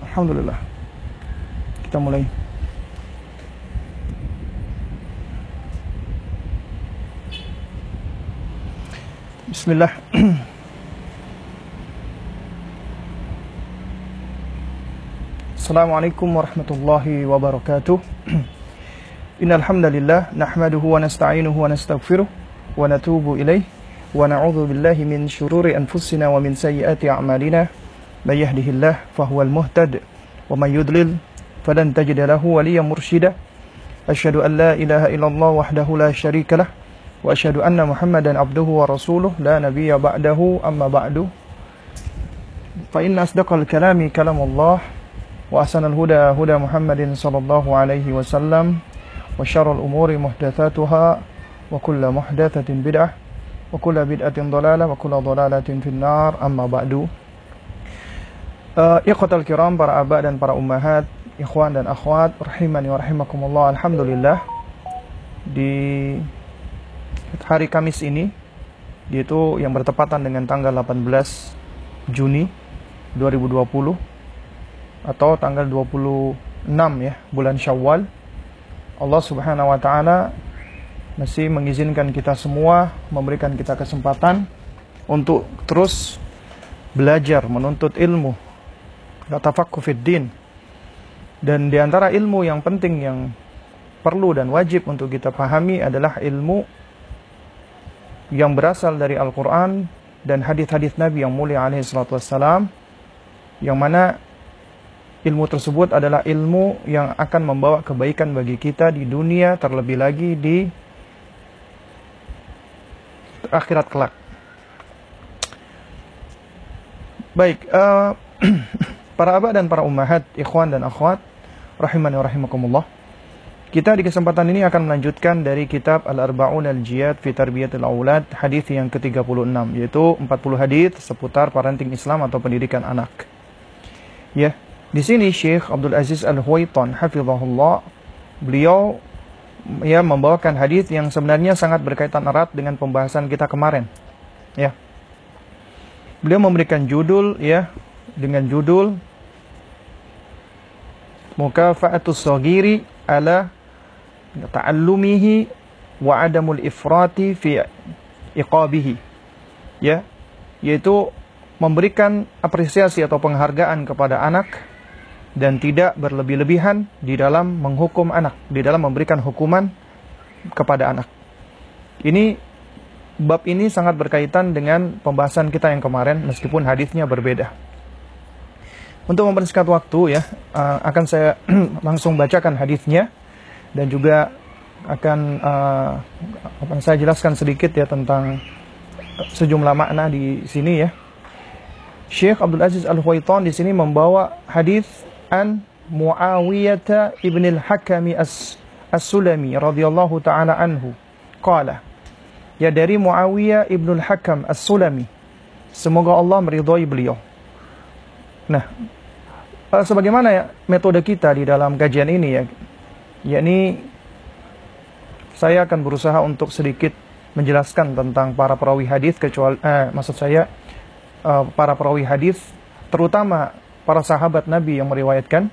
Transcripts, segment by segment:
Alhamdulillah. Kita mulai. Bismillah. Assalamualaikum warahmatullahi wabarakatuh. Innal hamdalillah nahmaduhu wa nasta'inuhu wa nastaghfiruh wa natubu ilaih wa na'udzu billahi min syururi anfusina wa min sayyiati a'malina. May yahdihillah fahuwal muhtad wa may yudlil falan tajida lahu waliyyan mursyida. Asyhadu an la ilaha illallah wahdahu la syarika lah wa asyhadu anna Muhammadan abduhu wa rasuluh la nabiyya ba'dahu amma ba'du. Fa inna asdaqal kalami kalamullah wa ahsanal huda huda Muhammadin sallallahu alaihi wasallam wa syarrul umuri muhdatsatuha wa kullu muhdatsatin bid'ah wa kullu bid'atin dhalalah wa kullu dhalalatin finnar amma ba'du. Ikhwatal kiram, para abah dan para ummahat, ikhwan dan akhwat, rahimani wa rahimakumullah. Alhamdulillah, di hari Kamis ini, yaitu yang bertepatan dengan tanggal 18 Juni 2020 atau tanggal 26 ya, bulan Syawal, Allah Subhanahu wa taala masih mengizinkan kita semua, memberikan kita kesempatan untuk terus belajar, menuntut ilmu, tafaqquh fid din. Dan di antara ilmu yang penting yang perlu dan wajib untuk kita pahami adalah ilmu yang berasal dari Al-Quran dan hadis-hadis Nabi yang mulia alaihi salatu wassalam, yang mana ilmu tersebut adalah ilmu yang akan membawa kebaikan bagi kita di dunia, terlebih lagi di akhirat kelak. Baik, para abah dan para ummahat, ikhwan dan akhwat, rahimani wa rahimakumullah. Kita di kesempatan ini akan melanjutkan dari kitab Al-Arba'un Al-Jiyad fi Tarbiyatil Aulad, hadis yang ke-36, yaitu 40 hadis seputar parenting Islam atau pendidikan anak. Ya, di sini Syekh Abdul Aziz Al-Huwaitan hafizahullah, beliau ya membawakan hadis yang sebenarnya sangat berkaitan erat dengan pembahasan kita kemarin. Ya. Beliau memberikan judul ya, dengan judul Mukafa'atus Shaghiri ala ta'allumihi wa adamul ifrati fi iqabihi. Ya, yaitu memberikan apresiasi atau penghargaan kepada anak dan tidak berlebih-lebihan di dalam menghukum anak, di dalam memberikan hukuman kepada anak. Bab ini sangat berkaitan dengan pembahasan kita yang kemarin, meskipun hadisnya berbeda. Untuk mempersingkat waktu ya, akan saya langsung bacakan hadisnya dan juga akan saya jelaskan sedikit ya tentang sejumlah makna di sini ya. Syekh Abdul Aziz Al-Huwaitan di sini membawa hadis an Muawiyah ibn al-Hakam as-Sulami radhiyallahu taala anhu. Qala, ya, dari Muawiyah ibn al-Hakam as-Sulami, semoga Allah meridhai beliau. Nah, sebagaimana ya metode kita di dalam kajian ini ya, yakni saya akan berusaha untuk sedikit menjelaskan tentang para perawi hadis, para perawi hadis, terutama para sahabat Nabi yang meriwayatkan.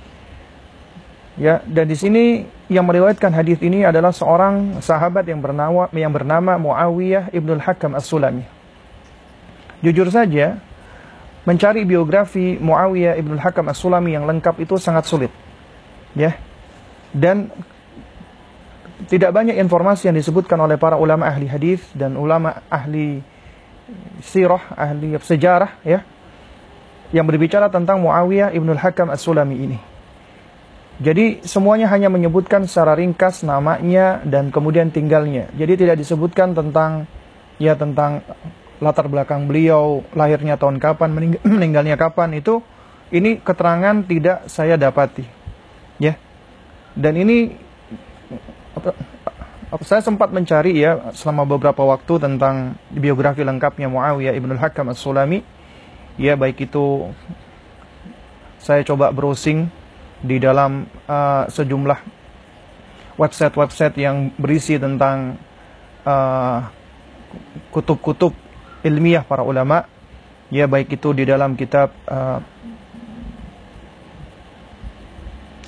Ya, dan di sini yang meriwayatkan hadis ini adalah seorang sahabat yang bernama Muawiyah ibn al-Hakam as-Sulami. Jujur saja, mencari biografi Muawiyah ibn al-Hakam as-Sulami yang lengkap itu sangat sulit. Ya. Dan tidak banyak informasi yang disebutkan oleh para ulama ahli hadis dan ulama ahli sirah, ahli sejarah ya, yang berbicara tentang Muawiyah ibn al-Hakam as-Sulami ini. Jadi semuanya hanya menyebutkan secara ringkas namanya dan kemudian tinggalnya. Jadi tidak disebutkan tentang latar belakang beliau, lahirnya tahun kapan, meninggalnya kapan. Ini keterangan tidak saya dapati. Ya. Dan ini saya sempat mencari ya selama beberapa waktu tentang biografi lengkapnya Muawiyah ibn al-Hakam as-Sulami. Ya, baik itu saya coba browsing di dalam sejumlah website-website yang berisi tentang kutub-kutub ilmiah para ulama, ya baik itu di dalam kitab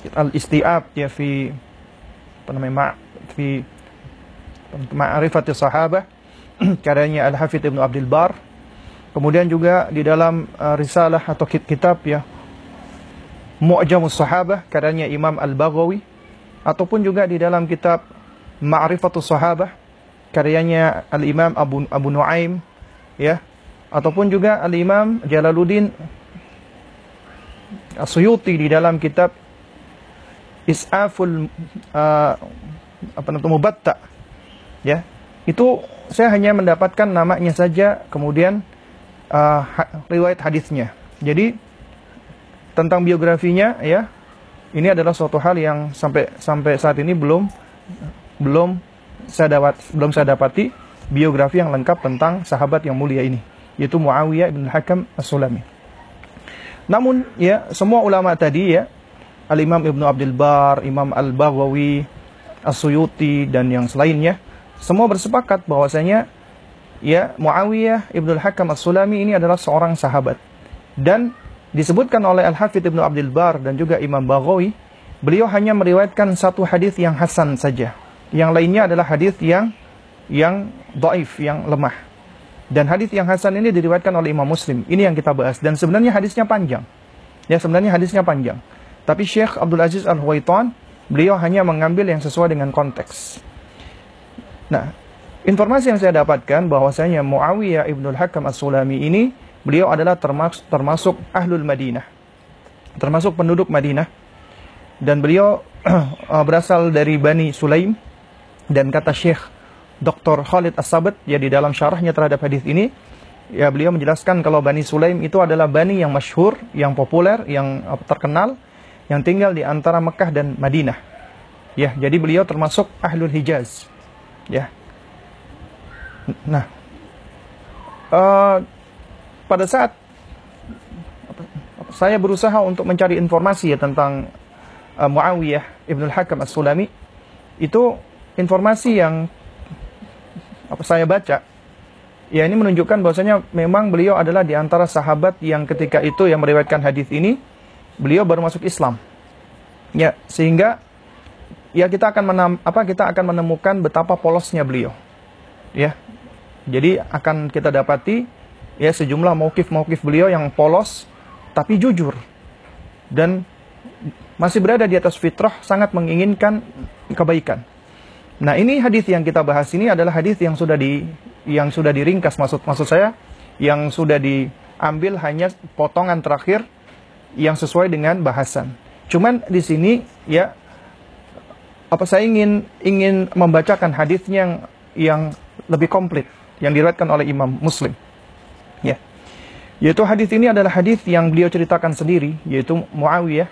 al-isti'ab ya fi apa namanya fi ma'rifati sahabah karyanya Al-Hafidz Ibnu Abdul Bar. Kemudian juga di dalam risalah atau kitab ya Mu'jamus Sahabah karyanya Imam Al-Baghawi, ataupun juga di dalam kitab Ma'rifatus Sahabah karyanya Al-Imam Abu Nuaim ya, ataupun juga Al-Imam Jalaluddin As-Suyuti di dalam kitab Is'aful Mubatta ya. Itu saya hanya mendapatkan namanya saja, kemudian riwayat hadisnya. Jadi tentang biografinya ya, ini adalah suatu hal yang sampai saat ini belum saya dapati biografi yang lengkap tentang sahabat yang mulia ini, yaitu Muawiyah bin Hakam As-Sulami. Namun ya, semua ulama tadi ya, Al-Imam Ibnu Abdul Bar, Imam Al-Baghawi, As-Suyuti dan yang selainnya, semua bersepakat bahwasanya ya Muawiyah Ibnu Hakam As-Sulami ini adalah seorang sahabat. Dan disebutkan oleh Al-Hafidz Ibnu Abdul Bar dan juga Imam Baghawi, beliau hanya meriwayatkan satu hadis yang hasan saja. Yang lainnya adalah hadis yang dhaif, yang lemah. Dan hadis yang hasan ini diriwayatkan oleh Imam Muslim. Ini yang kita bahas, dan sebenarnya hadisnya panjang. Ya, sebenarnya hadisnya panjang. Tapi Syekh Abdul Aziz Al-Huwaitan, beliau hanya mengambil yang sesuai dengan konteks. Nah, informasi yang saya dapatkan bahwasanya Muawiyah Ibnul Hakam As-Sulami ini, beliau adalah termasuk Ahlul Madinah, termasuk penduduk Madinah. Dan beliau berasal dari Bani Sulaim. Dan kata Syekh Dr. Khalid As-Sabat ya di dalam syarahnya terhadap hadis ini, ya beliau menjelaskan kalau Bani Sulaim itu adalah bani yang masyhur, yang populer, yang terkenal, yang tinggal di antara Mekah dan Madinah. Ya, jadi beliau termasuk Ahlul Hijaz. Ya. Nah, pada saat saya berusaha untuk mencari informasi ya tentang Muawiyah Ibnul Hakam As-Sulami, itu informasi yang saya baca, ya ini menunjukkan bahwasanya memang beliau adalah di antara sahabat yang ketika itu yang meriwayatkan hadis ini, beliau baru masuk Islam. Ya, sehingga ya kita akan menemukan betapa polosnya beliau. Ya. Jadi akan kita dapati ya sejumlah mauqif beliau yang polos tapi jujur dan masih berada di atas fitrah, sangat menginginkan kebaikan. Nah, ini hadis yang kita bahas ini adalah hadis yang sudah diringkas, maksud saya yang sudah diambil hanya potongan terakhir yang sesuai dengan bahasan. Cuman di sini ya saya ingin membacakan hadisnya yang lebih komplit yang diriwayatkan oleh Imam Muslim. Ya. Yaitu hadis ini adalah hadis yang beliau ceritakan sendiri, yaitu Muawiyah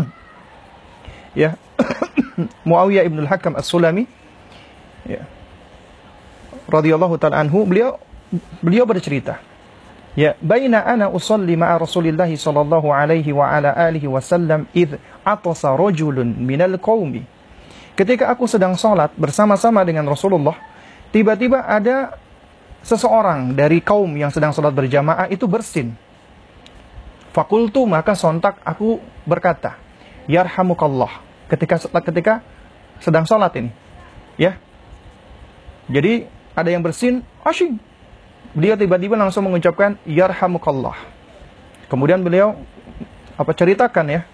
ya Muawiyah Ibnul Hakam As-Sulami ya radhiyallahu ta'ala anhu, beliau bercerita, ya, baina ana usalli ma'a Rasulillah sallallahu alaihi wa ala alihi wasallam id atasa rajulun minal qaumi. Ketika aku sedang salat bersama-sama dengan Rasulullah, tiba-tiba ada seseorang dari kaum yang sedang salat berjamaah itu bersin. Fakultu, maka sontak aku berkata, yarhamukallah, ketika sedang salat ini. Ya. Jadi ada yang bersin, asyik. Beliau tiba-tiba langsung mengucapkan yarhamukallah. Kemudian beliau ceritakan ya.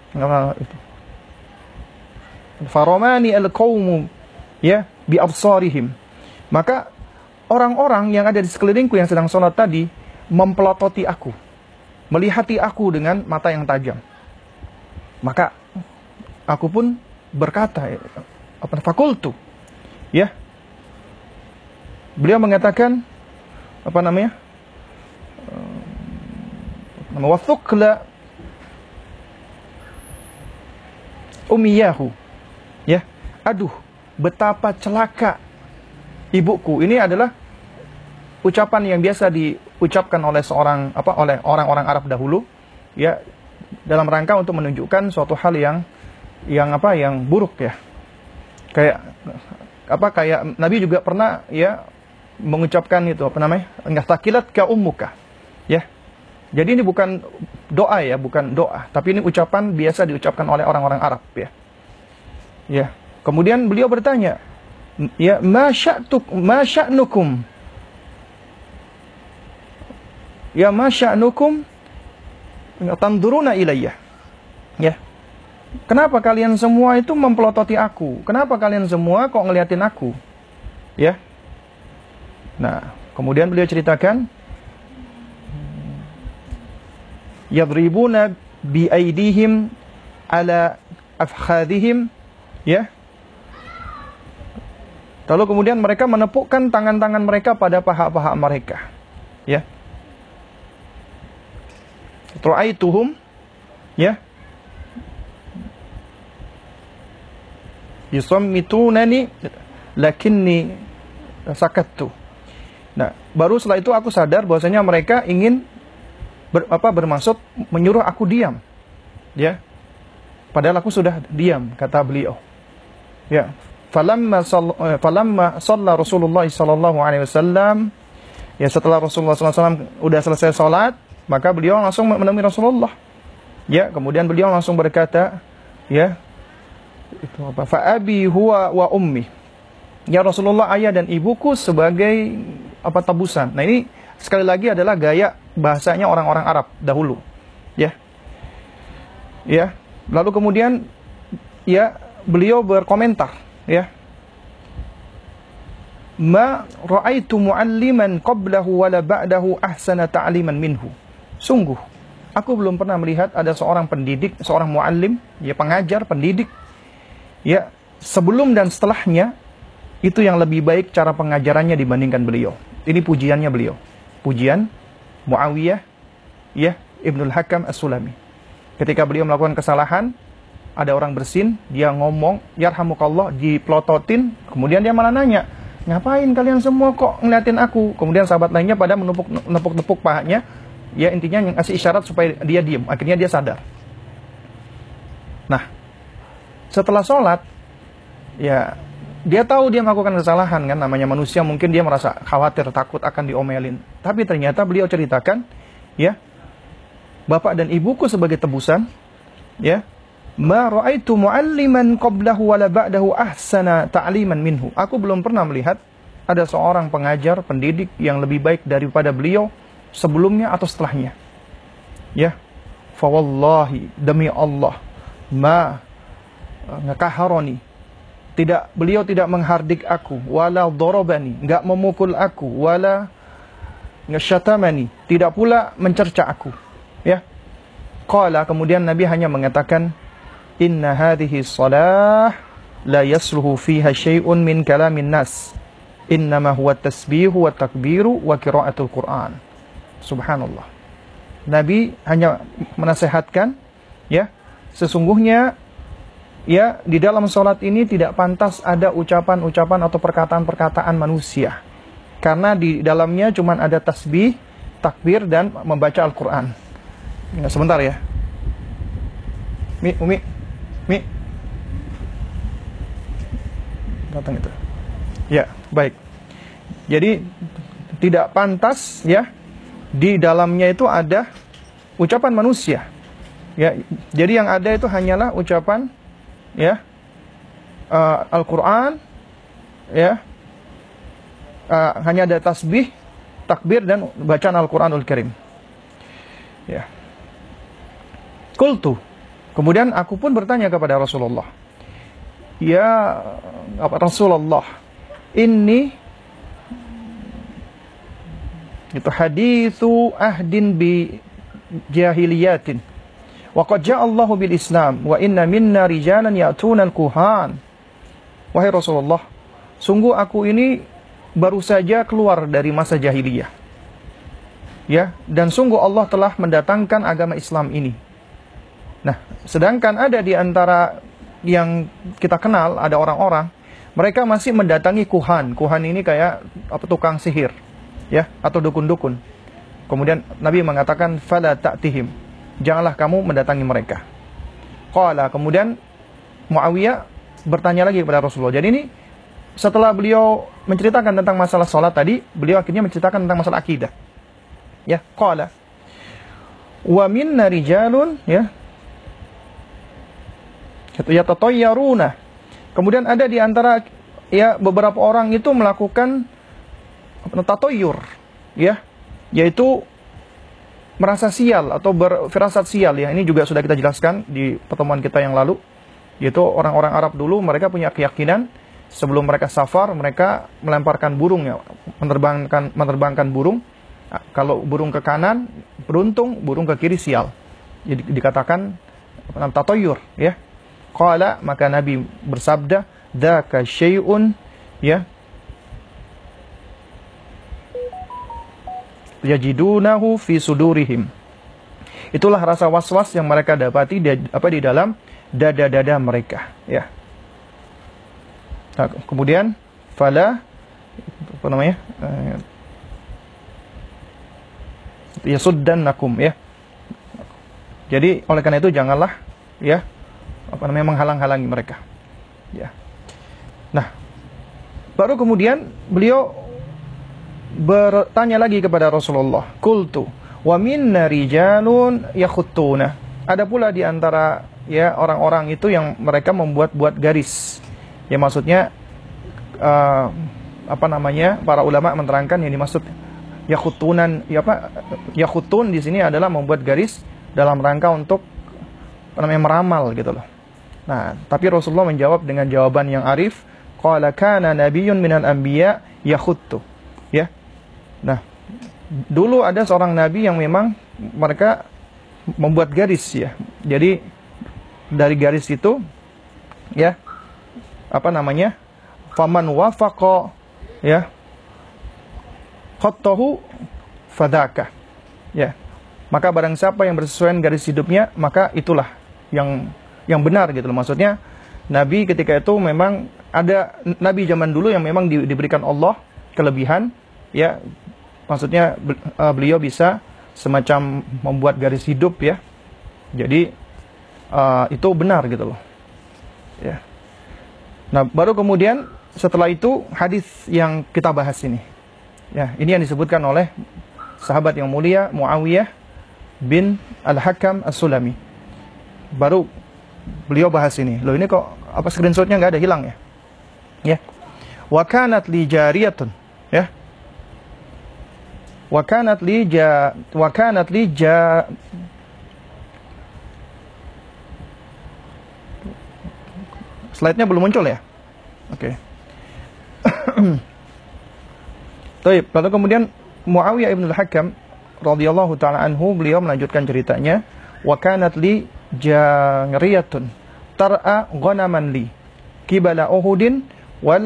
Faramani al-qaumu ya bi absarihim. Maka orang-orang yang ada di sekelilingku yang sedang salat tadi mempelototi aku, melihati aku dengan mata yang tajam. Maka aku pun berkata, fakultu, ya. Beliau mengatakan wathukla umiyahu, ya. Aduh, betapa celaka ibuku. Ini adalah ucapan yang biasa diucapkan oleh oleh orang-orang Arab dahulu, ya, dalam rangka untuk menunjukkan suatu hal yang buruk ya. Kayak Nabi juga pernah ya mengucapkan itu enggak takilat ka ummuka. Ya. Jadi ini bukan doa ya, bukan doa, tapi ini ucapan biasa diucapkan oleh orang-orang Arab ya. Ya. Kemudian beliau bertanya, ya, ma sya'nukum? Ya, ma sya'nukum tanduruna ilayya? Ya. Kenapa kalian semua itu mempelototi aku? Kenapa kalian semua kok ngeliatin aku? Ya. Nah, kemudian beliau ceritakan, yadribuna bi aidihim ala afkhadhihim, ya. Lalu kemudian mereka menepukkan tangan-tangan mereka pada paha-paha mereka. Ya. Ra'aituhum, ya, yusammitunani lakinni sakattu. Nah, baru setelah itu aku sadar bahwasanya mereka ingin bermaksud menyuruh aku diam. Ya. Padahal aku sudah diam, kata beliau. Ya. Falamma shalla Rasulullah sallallahu alaihi wasallam, ya, setelah Rasulullah sallallahu alaihi wasallam udah selesai salat, maka beliau langsung menemui Rasulullah. Ya, kemudian beliau langsung berkata, ya, itu apa? Fa abi huwa wa ummi. Ya Rasulullah, ayah dan ibuku sebagai apa, tebusan. Nah, ini sekali lagi adalah gaya bahasanya orang-orang Arab dahulu. Ya. Ya. Lalu kemudian, ya, beliau berkomentar, ya, ma ra'aitu mu'alliman qablahu wala ba'dahu ahsana ta'liman minhu. Sungguh, aku belum pernah melihat ada seorang pendidik, seorang mu'allim, ya, pengajar, pendidik, ya, sebelum dan setelahnya itu yang lebih baik cara pengajarannya dibandingkan beliau. Ini pujiannya beliau. Pujian Muawiyah, ya, Ibnul Hakam As-Sulami. Ketika beliau melakukan kesalahan, ada orang bersin, dia ngomong, yarhamukallah, diplototin, kemudian dia malah nanya, ngapain kalian semua kok ngeliatin aku? Kemudian sahabat lainnya pada menepuk-nepuk pahanya, ya, intinya ngasih isyarat supaya dia diam. Akhirnya dia sadar. Nah, setelah sholat, ya, dia tahu dia melakukan kesalahan, kan, namanya manusia, mungkin dia merasa khawatir, takut akan diomelin. Tapi ternyata beliau ceritakan, ya, bapak dan ibuku sebagai tebusan, ya, ma ra'aitu mu'alliman qablahu wala ba'dahu ahsana ta'liman minhu. Aku belum pernah melihat ada seorang pengajar, pendidik yang lebih baik daripada beliau sebelumnya atau setelahnya. Ya, fa wallahi, demi Allah, ma ngakaharoni, beliau tidak menghardik aku, wala darabani, enggak memukul aku, wala ngasyatamani, tidak pula mencerca aku. Ya. Qala, kemudian Nabi hanya mengatakan, inna hadhihi shalah la yasluhu fiha syai'un min kalamin nas, innama huwa tasbihu wa takbiru wa qiraatul Qur'an. Subhanallah. Nabi hanya menasehatkan, ya, sesungguhnya, ya, di dalam sholat ini tidak pantas ada ucapan-ucapan atau perkataan-perkataan manusia. Karena di dalamnya cuma ada tasbih, takbir, dan membaca Al-Quran. Ya, sebentar ya. Umi. Datang itu. Ya, baik. Jadi, tidak pantas, ya, di dalamnya itu ada ucapan manusia. Ya, jadi yang ada itu hanyalah ucapan, ya, Al-Quran, ya, hanya ada tasbih, takbir, dan bacaan Al-Quranul Karim. Ya. Qultu, kemudian aku pun bertanya kepada Rasulullah, ya Rasulullah, ini itu hadithu ahdin bi jahiliyatin, wa qad ja'allahu bil Islam, wa inna minna rijalan ya'tuna al-kuhan. Wahai Rasulullah, sungguh aku ini baru saja keluar dari masa jahiliyah. Ya, dan sungguh Allah telah mendatangkan agama Islam ini. Nah, sedangkan ada di antara yang kita kenal, ada orang-orang, mereka masih mendatangi kuhan. Kuhan ini kayak apa, tukang sihir, ya, atau dukun-dukun. Kemudian Nabi mengatakan, fala ta'tihim, janganlah kamu mendatangi mereka. Qala, kemudian Muawiyah bertanya lagi kepada Rasulullah. Jadi ini setelah beliau menceritakan tentang masalah sholat tadi, beliau akhirnya menceritakan tentang masalah akidah. Ya, qala Wa minna rijalun, ya, yatatayyaruna. Kemudian ada di antara, ya, beberapa orang itu melakukan tatoyur, ya, yaitu merasa sial atau berfirasat sial, ya. Ini juga sudah kita jelaskan di pertemuan kita yang lalu, yaitu orang-orang Arab dulu mereka punya keyakinan sebelum mereka safar mereka melemparkan burung, ya, menerbangkan burung. Kalau burung ke kanan beruntung, burung ke kiri sial. Jadi dikatakan tatoyur, ya. Qala, maka Nabi bersabda, dzaka syai'un, ya, yajidunahu fi sudurihim. Itulah rasa was-was yang mereka dapati di dalam dada-dada mereka, ya. Nah, kemudian fala, apa namanya? Yasuddannakum, ya. Jadi oleh karena itu janganlah, ya, apa namanya, menghalang-halangi mereka, ya. Nah, baru kemudian beliau bertanya lagi kepada Rasulullah, qultu wa minna rijalun yakhuttuna. Ada pula di antara, ya, orang-orang itu yang mereka membuat-buat garis. Ya, maksudnya apa namanya? Para ulama menerangkan yang dimaksud yakhutunan, ya, apa? Yakhutun di sini adalah membuat garis dalam rangka untuk, apa namanya, meramal gitu loh. Nah, tapi Rasulullah menjawab dengan jawaban yang arif, qala kana nabiyyun minal anbiya yakhuttu, ya. Nah, dulu ada seorang nabi yang memang mereka membuat garis, ya. Jadi dari garis itu, ya, apa namanya? Faman wafaqa, ya, khattahu fadaka, ya. Maka barang siapa yang bersesuaian garis hidupnya, maka itulah yang benar gitu loh. Maksudnya Nabi ketika itu memang ada Nabi zaman dulu yang memang diberikan Allah kelebihan, ya. Maksudnya beliau bisa semacam membuat garis hidup, ya. Jadi itu benar gitu loh, ya. Nah, baru kemudian setelah itu hadis yang kita bahas ini, ya, ini yang disebutkan oleh sahabat yang mulia Muawiyah bin Al-Hakam As-Sulami. Baru beliau bahas ini. Loh, ini kok apa screenshotnya nggak ada, hilang, ya? Ya. Wa kanat li jariyatun, ya. Wa kanat li slide-nya belum muncul, ya? Oke. Baik, lalu kemudian Muawiyah ibn al-Hakam radhiyallahu ta'ala anhu, beliau melanjutkan ceritanya, wa kanat li jariyatun tar'a ghanaman li qibala Uhudin wal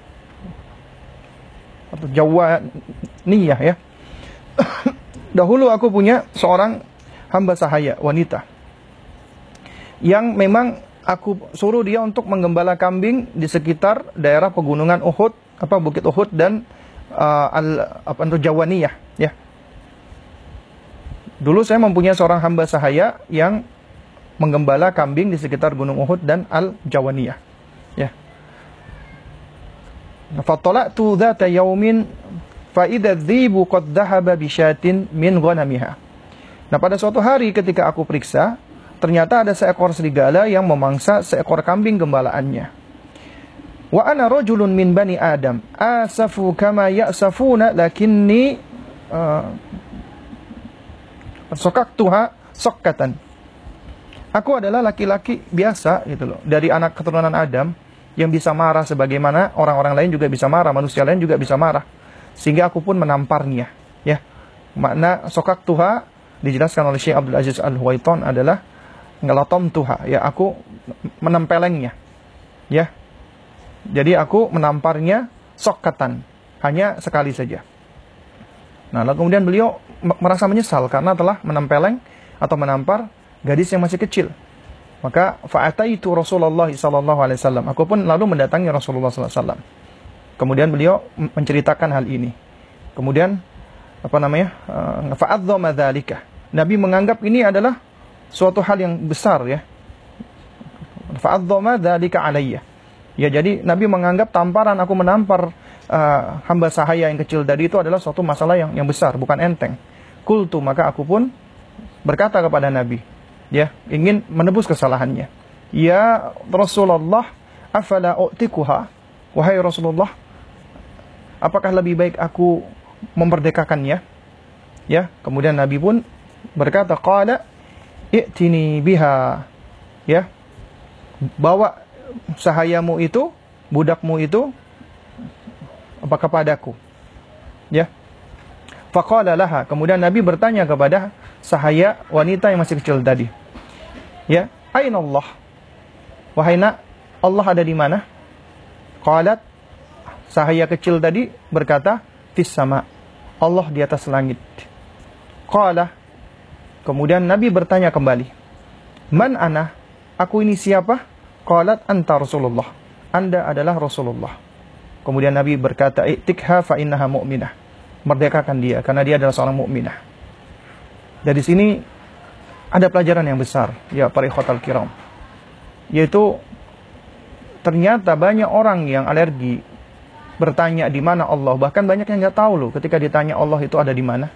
Jawaniyah, ya. Dahulu aku punya seorang hamba sahaya wanita yang memang aku suruh dia untuk menggembala kambing di sekitar daerah pegunungan Uhud, Bukit Uhud dan Jawaniyah, ya. Dulu saya mempunyai seorang hamba sahaya yang menggembala kambing di sekitar Gunung Uhud dan Al-Jawaniyah, ya. Fattala'tu dzata yaumin fa idza dhibu qad dhahaba bi syatin min ghanamiha. Nah, pada suatu hari ketika aku periksa, ternyata ada seekor serigala yang memangsa seekor kambing gembalaannya. Wa ana rajulun min bani Adam, asafu kama ya'safuna lakinni sokaktuha sokkatan. Aku adalah laki-laki biasa gitu loh, dari anak keturunan Adam yang bisa marah sebagaimana orang-orang lain juga bisa marah, manusia lain juga bisa marah. Sehingga aku pun menamparnya, ya. Makna sokaktuha dijelaskan oleh Syekh Abdul Aziz Al-Huwaiton adalah ngelatomtuha, ya, aku menempelengnya, ya. Jadi aku menamparnya sokkatan, hanya sekali saja. Nah, lalu kemudian beliau merasa menyesal karena telah menempeleng atau menampar gadis yang masih kecil. Maka fa'ataitu Rasulullah sallallahu alaihi wasallam. Aku pun lalu mendatangi Rasulullah sallallahu alaihi wasallam. Kemudian beliau menceritakan hal ini. Kemudian fa'adzama dzalika. Nabi menganggap ini adalah suatu hal yang besar, ya. Fa'adzama dzalika alayya. Ya, jadi Nabi menganggap tamparan aku menampar hamba sahaya yang kecil tadi itu adalah suatu masalah yang besar, bukan enteng. Qultu, maka aku pun berkata kepada Nabi, ya, ingin menebus kesalahannya. Ya Rasulullah, afala u'tikuha? Wahai Rasulullah, apakah lebih baik aku memerdekakannya? Ya, kemudian Nabi pun berkata, qala i'tini biha. Ya, bawa sahayamu itu, budakmu itu apa kepadaku. Ya. Faqala laha, kemudian Nabi bertanya kepada sahaya wanita yang masih kecil tadi. Ya, aina Allah? Wahai nak, Allah ada di mana? Qalat, sahaya kecil tadi berkata, fis sama. Allah di atas langit. Qala, kemudian Nabi bertanya kembali, man ana? Aku ini siapa? Qalat anta Rasulullah. Anda adalah Rasulullah. Kemudian Nabi berkata, i'tikha fa innaha mu'minah. Merdekakan dia karena dia adalah seorang mukminah. Dari sini ada pelajaran yang besar, ya para ikhwatal kiram. Yaitu ternyata banyak orang yang alergi bertanya di mana Allah, bahkan banyak yang nggak tahu loh ketika ditanya Allah itu ada di mana.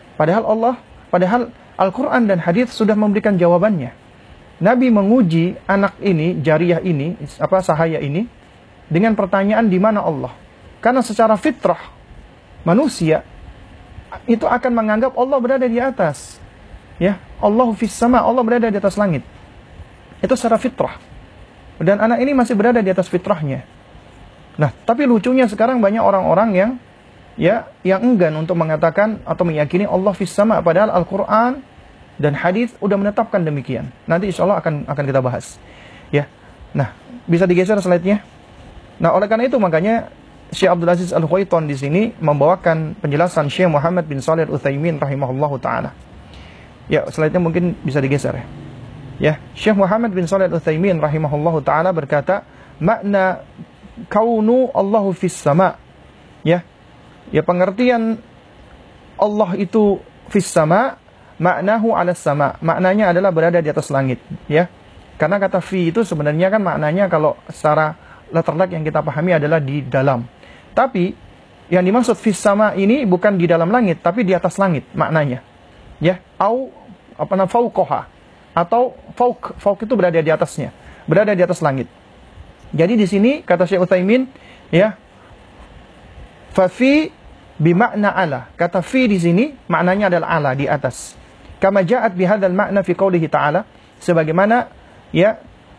Padahal Al-Qur'an dan hadis sudah memberikan jawabannya. Nabi menguji anak ini, jariyah ini, sahaya ini dengan pertanyaan di mana Allah. Karena secara fitrah manusia itu akan menganggap Allah berada di atas. Ya, Allahu fis sama, Allah berada di atas langit. Itu secara fitrah. Dan anak ini masih berada di atas fitrahnya. Nah, tapi lucunya sekarang banyak orang-orang yang enggan untuk mengatakan atau meyakini Allah fis sama, padahal Al-Qur'an dan hadis udah menetapkan demikian. Nanti insyaallah akan kita bahas. Ya. Nah, bisa digeser slide-nya. Nah, oleh karena itu makanya Syekh Abdul Aziz Al-Khuaitan di sini membawakan penjelasan Syekh Muhammad bin Shalih Al-Utsaimin rahimahullahu taala. Ya, slide-nya mungkin bisa digeser ya. Ya, Syekh Muhammad bin Shalih Al-Utsaimin rahimahullahu taala berkata, makna kaunu Allahu fis sama. Ya. Ya, pengertian Allah itu fis sama, maknahu 'alas sama. Maknanya adalah berada di atas langit, ya. Karena kata fi itu sebenarnya kan maknanya kalau secara letter yang kita pahami adalah di dalam. Tapi yang dimaksud fis sama ini bukan di dalam langit, tapi di atas langit maknanya. Ya, au fauqaha, atau fauq itu berada di atasnya, berada di atas langit. Jadi di sini kata Syekh Utsaimin, ya, fa fi bimakna ala. Kata fi di sini maknanya adalah ala, di atas. Kama ja'at bihadzal makna fi qoulihi ta'ala, sebagaimana ya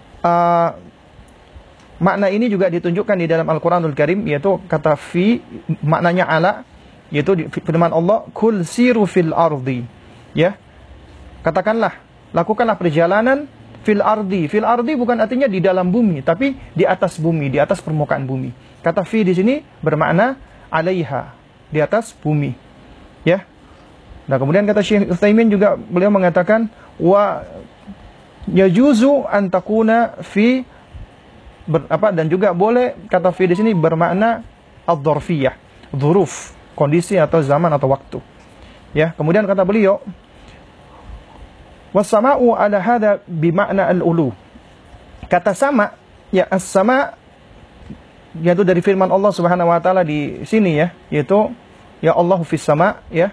makna ini juga ditunjukkan di dalam Al-Quranul Karim, yaitu kata fi, maknanya ala, yaitu di firman Allah, kul siru fil ardi. Ya, katakanlah, lakukanlah perjalanan fil ardi. Fil ardi bukan artinya di dalam bumi, tapi di atas bumi, di atas permukaan bumi. Kata fi di sini bermakna alaiha, di atas bumi. Ya. Nah, kemudian kata Syekh Utsaimin juga, beliau mengatakan, wa yajuzu an takuna fi dan juga boleh kata fi di sini bermakna ad-dzarfiyah, dzuruf, kondisi atau zaman atau waktu. Ya, kemudian kata beliau, was-sama'u ala hadza bimakna al-ulu. Kata sama, ya as-sama, yaitu dari firman Allah Subhanahu wa taala di sini, ya, yaitu ya Allahu fis sama, ya.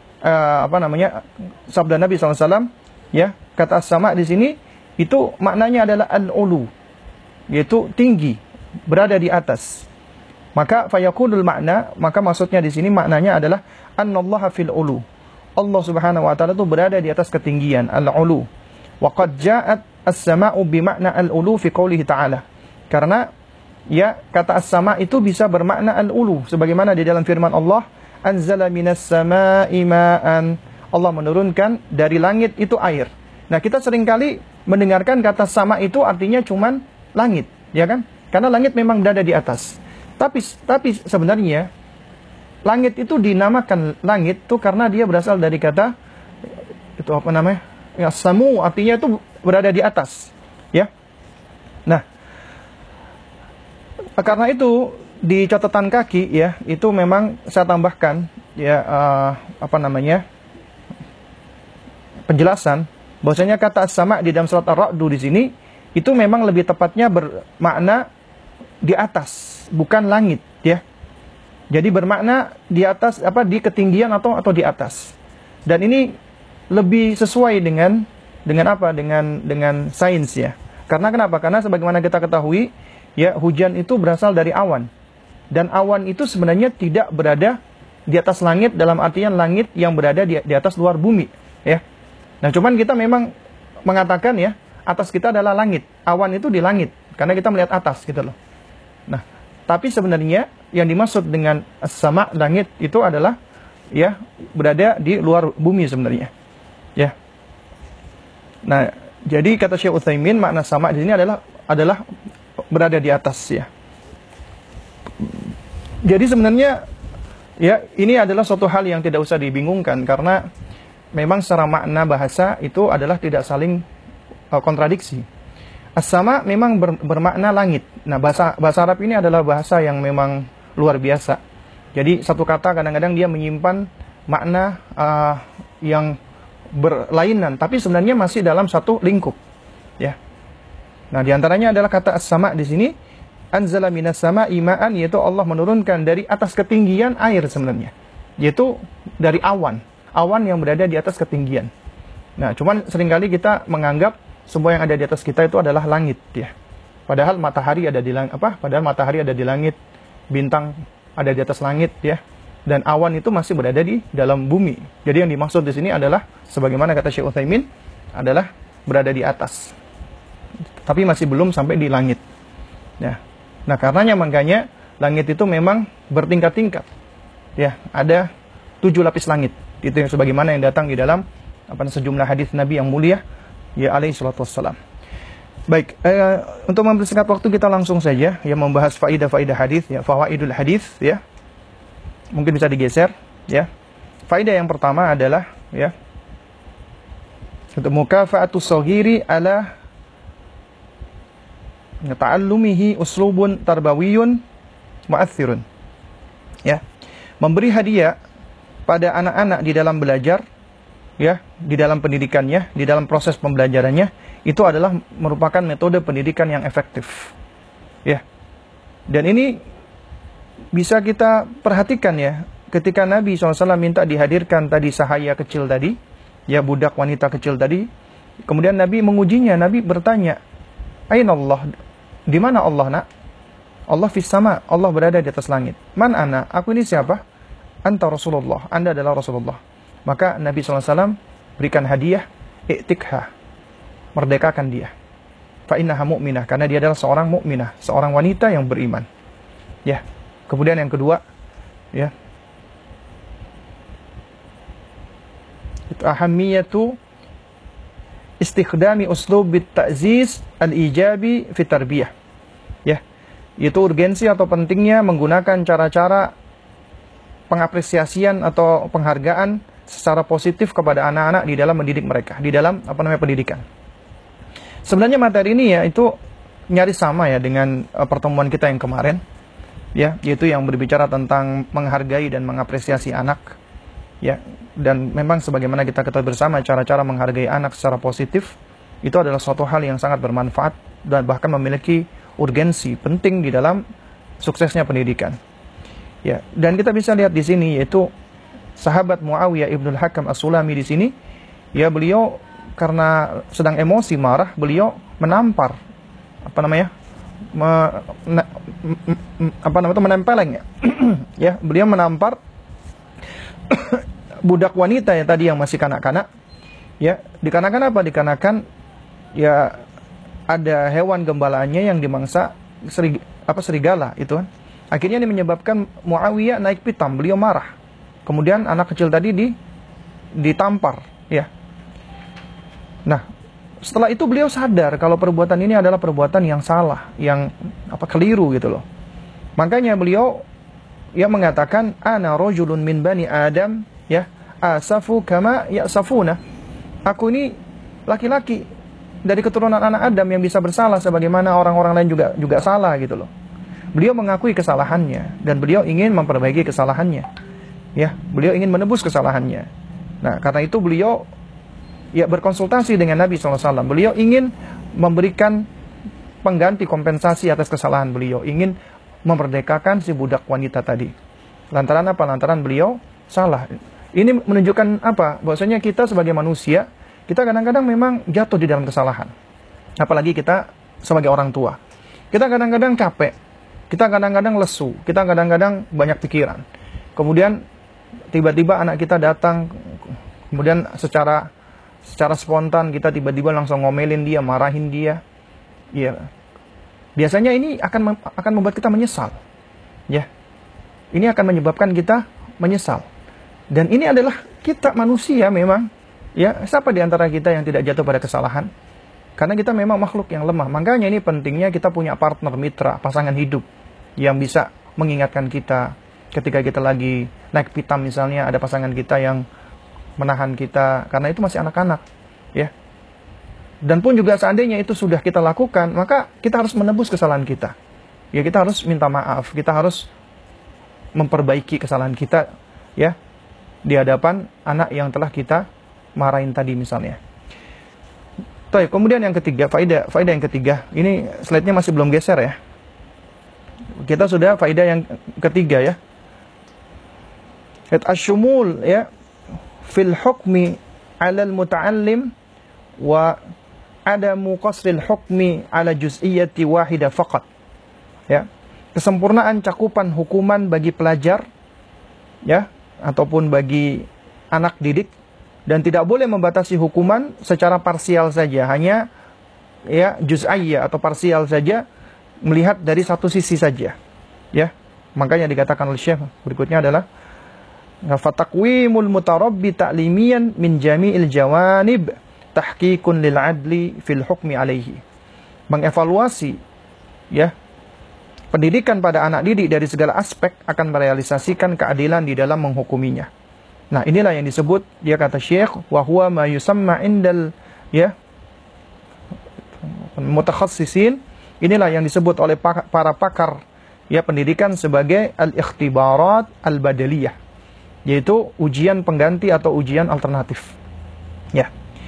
Sabda Nabi SAW, ya, kata as-sama di sini itu maknanya adalah al-ulu, yaitu tinggi, berada di atas. Maka fayaqulul makna, maka maksudnya di sini maknanya adalah annallaha fil ulu. Allah Subhanahu wa taala itu berada di atas ketinggian, al-ulu. Wa qad ja'at as-sama'u bi makna al-ulu fi qoulihi ta'ala. Karena ya kata as-sama' itu bisa bermakna al-ulu, sebagaimana di dalam firman Allah, anzala minas sama'i ma'an. Allah menurunkan dari langit itu air. Nah, kita seringkali mendengarkan kata sama itu artinya cuman langit, ya kan? Karena langit memang berada di atas. Tapi sebenarnya langit itu dinamakan langit tuh karena dia berasal dari kata itu apa namanya? Ya, samu, artinya itu berada di atas, ya. Nah, karena itu di catatan kaki, ya, itu memang saya tambahkan, ya, penjelasan bahwasanya kata sama di dalam surat Ar-Ra'd di sini itu memang lebih tepatnya bermakna di atas, bukan langit, ya. Jadi bermakna di atas, di ketinggian atau di atas. Dan ini lebih sesuai dengan apa? Dengan sains ya. Karena kenapa? Karena sebagaimana kita ketahui, ya, hujan itu berasal dari awan. Dan awan itu sebenarnya tidak berada di atas langit dalam artian langit yang berada di atas luar bumi, ya. Nah, cuman kita memang mengatakan ya, atas kita adalah langit. Awan itu di langit karena kita melihat atas gitu loh. Nah, tapi sebenarnya yang dimaksud dengan sama langit itu adalah ya berada di luar bumi sebenarnya. Ya. Nah, jadi kata Syekh Utsaimin makna sama di sini adalah berada di atas ya. Jadi sebenarnya ya ini adalah suatu hal yang tidak usah dibingungkan karena memang secara makna bahasa itu adalah tidak saling kontradiksi. As-sama memang bermakna langit. Nah, bahasa Arab ini adalah bahasa yang memang luar biasa. Jadi satu kata kadang-kadang dia menyimpan makna yang berlainan, tapi sebenarnya masih dalam satu lingkup. Ya. Nah, diantaranya adalah kata as-sama di sini, anzala minas sama'i ma'an, yaitu Allah menurunkan dari atas ketinggian air sebenarnya, yaitu dari awan yang berada di atas ketinggian. Nah, cuman seringkali kita menganggap semua yang ada di atas kita itu adalah langit ya. Padahal matahari ada di langit Padahal matahari ada di langit, bintang ada di atas langit ya. Dan awan itu masih berada di dalam bumi. Jadi yang dimaksud di sini adalah sebagaimana kata Syekh Utsaimin adalah berada di atas. Tapi masih belum sampai di langit. Ya. Nah, karenanya makanya langit itu memang bertingkat-tingkat. Ya, ada 7 lapis langit. Itu yang sebagaimana yang datang di dalam sejumlah hadis Nabi yang mulia ya alaihi salatu wassalam. Baik, untuk mempersingkat waktu kita langsung saja ya membahas faidah-faidah hadis ya, fawaidul hadis ya. Mungkin bisa digeser ya. Faidah yang pertama adalah ya untuk mukafa'atus shaghiri ala ta'allumihi uslubun tarbawiyun mu'athirun. Ya. Memberi hadiah pada anak-anak di dalam belajar ya, di dalam pendidikannya, di dalam proses pembelajarannya, itu adalah merupakan metode pendidikan yang efektif. Ya. Dan ini bisa kita perhatikan ya, ketika Nabi SAW minta dihadirkan tadi sahaya kecil tadi, ya budak wanita kecil tadi, kemudian Nabi mengujinya, Nabi bertanya, Aina Allah? Di mana Allah, nak? Allah fis sama, Allah berada di atas langit. Man ana? Aku ini siapa? Anta Rasulullah, Anda adalah Rasulullah. Maka Nabi SAW berikan hadiah, i'tikha, merdekakan dia. Fa innaha mu'minah, karena dia adalah seorang mukminah, seorang wanita yang beriman. Ya. Kemudian yang kedua, ya. Itu ahammiyatu istikhdami uslub bit-ta'ziz al-ijabi fi tarbiyah. Ya. Itu urgensi atau pentingnya menggunakan cara-cara pengapresiasian atau penghargaan secara positif kepada anak-anak di dalam mendidik mereka, di dalam pendidikan. Sebenarnya materi ini ya itu nyaris sama ya dengan pertemuan kita yang kemarin. Ya, yaitu yang berbicara tentang menghargai dan mengapresiasi anak. Ya, dan memang sebagaimana kita ketahui bersama, cara-cara menghargai anak secara positif itu adalah suatu hal yang sangat bermanfaat dan bahkan memiliki urgensi penting di dalam suksesnya pendidikan. Ya, dan kita bisa lihat di sini yaitu sahabat Muawiyah ibnul Hakam as-Sulami di sini, ya beliau karena sedang emosi marah, beliau menampar menempeleng ya. Ya, beliau menampar budak wanita yang tadi yang masih kanak-kanak. Ya, dikarenakan apa? Dikarenakan ya ada hewan gembalaannya yang dimangsa serigala itu kan. Akhirnya ini menyebabkan Muawiyah naik pitam, beliau marah. Kemudian anak kecil tadi ditampar, ya. Nah, setelah itu beliau sadar kalau perbuatan ini adalah perbuatan yang salah, yang keliru gitu loh. Makanya beliau ya mengatakan ana rajulun min bani Adam ya asafu kama yasafuna. Aku ini laki-laki dari keturunan anak Adam yang bisa bersalah sebagaimana orang-orang lain juga salah gitu loh. Beliau mengakui kesalahannya dan beliau ingin memperbaiki kesalahannya. Ya, beliau ingin menebus kesalahannya. Nah, karena itu beliau ya berkonsultasi dengan Nabi SAW. Beliau ingin memberikan pengganti kompensasi atas kesalahan beliau. Ingin memerdekakan si budak wanita tadi. Lantaran apa? Lantaran beliau salah. Ini menunjukkan apa? Bahwasanya kita sebagai manusia, kita kadang-kadang memang jatuh di dalam kesalahan. Apalagi kita sebagai orang tua. Kita kadang-kadang capek, kita kadang-kadang lesu, kita kadang-kadang banyak pikiran. Kemudian tiba-tiba anak kita datang, kemudian secara spontan kita tiba-tiba langsung ngomelin dia, marahin dia. Ya. Biasanya ini akan membuat kita menyesal. Ya. Ini akan menyebabkan kita menyesal. Dan ini adalah kita manusia memang. Ya, siapa di antara kita yang tidak jatuh pada kesalahan? Karena kita memang makhluk yang lemah. Makanya ini pentingnya kita punya partner, mitra, pasangan hidup yang bisa mengingatkan kita ketika kita lagi naik pitam misalnya, ada pasangan kita yang menahan kita karena itu masih anak-anak, ya. Dan pun juga seandainya itu sudah kita lakukan, maka kita harus menebus kesalahan kita. Ya, kita harus minta maaf, kita harus memperbaiki kesalahan kita, ya, di hadapan anak yang telah kita marahin tadi misalnya. Baik, kemudian yang ketiga, faedah yang ketiga. Ini slide-nya masih belum geser ya. Kita sudah faedah yang ketiga ya. Asyumul ya fil hukmi 'alal muta'allim wa adamu qasril hukmi 'ala juz'iyyati wahida faqat. Ya. Kesempurnaan cakupan hukuman bagi pelajar ya ataupun bagi anak didik, dan tidak boleh membatasi hukuman secara parsial saja, hanya ya juz'iyah atau parsial saja, melihat dari satu sisi saja. Ya. Makanya dikatakan oleh Syekh berikutnya adalah fatakwimul mutarabbi ta'limiyan min jami'il jawanib tahqiqun lil adli fil hukmi alaihi. Mengevaluasi ya pendidikan pada anak didik dari segala aspek akan merealisasikan keadilan di dalam menghukuminya. Nah, inilah yang disebut, dia kata Syekh, wa huwa ma yusamma indal ya mutakhassisin, inilah yang disebut oleh para pakar ya pendidikan sebagai al-ikhtibarat al-badaliyah, yaitu ujian pengganti atau ujian alternatif. Ya.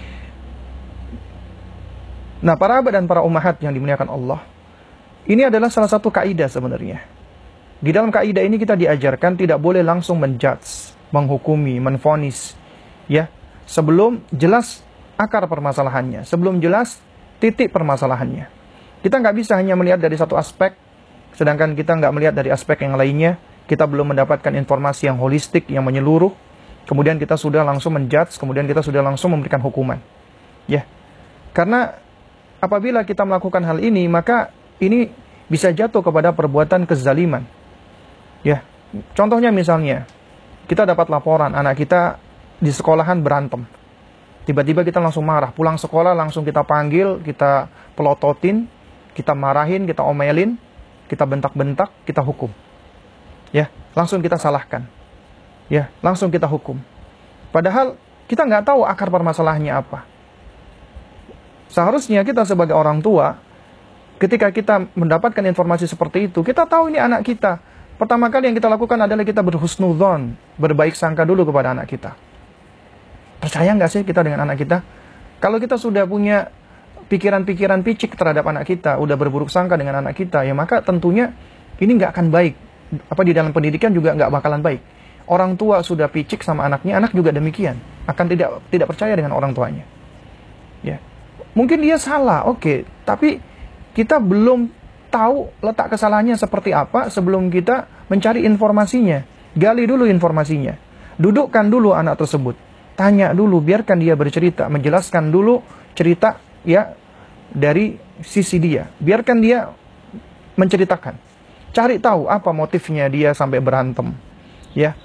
Nah, para abad dan para ummahat yang dimuliakan Allah, ini adalah salah satu kaidah sebenarnya. Di dalam kaidah ini kita diajarkan tidak boleh langsung menjudge, menghukumi, menvonis, ya, sebelum jelas akar permasalahannya, sebelum jelas titik permasalahannya. Kita nggak bisa hanya melihat dari satu aspek, sedangkan kita nggak melihat dari aspek yang lainnya. Kita belum mendapatkan informasi yang holistik, yang menyeluruh. Kemudian kita sudah langsung menjudge, kemudian kita sudah langsung memberikan hukuman. Ya, karena apabila kita melakukan hal ini, maka ini bisa jatuh kepada perbuatan kezaliman. Ya, contohnya misalnya, kita dapat laporan anak kita di sekolahan berantem. Tiba-tiba kita langsung marah, pulang sekolah langsung kita panggil, kita pelototin, kita marahin, kita omelin, kita bentak-bentak, kita hukum. Ya, langsung kita salahkan. Ya, langsung kita hukum. Padahal kita nggak tahu akar permasalahannya apa. Seharusnya kita sebagai orang tua, ketika kita mendapatkan informasi seperti itu, kita tahu ini anak kita. Pertama kali yang kita lakukan adalah kita berhusnudzon, berbaik sangka dulu kepada anak kita. Percaya nggak sih kita dengan anak kita? Kalau kita sudah punya pikiran-pikiran picik terhadap anak kita, udah berburuk sangka dengan anak kita, ya maka tentunya ini nggak akan baik. Apa di dalam pendidikan juga nggak bakalan baik. Orang tua sudah picik sama anaknya, anak juga demikian, akan tidak percaya dengan orang tuanya. Ya, mungkin dia salah, oke, tapi kita belum tahu letak kesalahannya seperti apa sebelum kita mencari informasinya. Gali dulu informasinya, dudukkan dulu anak tersebut, tanya dulu, biarkan dia bercerita, menjelaskan dulu cerita ya dari sisi dia, biarkan dia menceritakan. Cari tahu apa motifnya dia sampai berantem. Ya.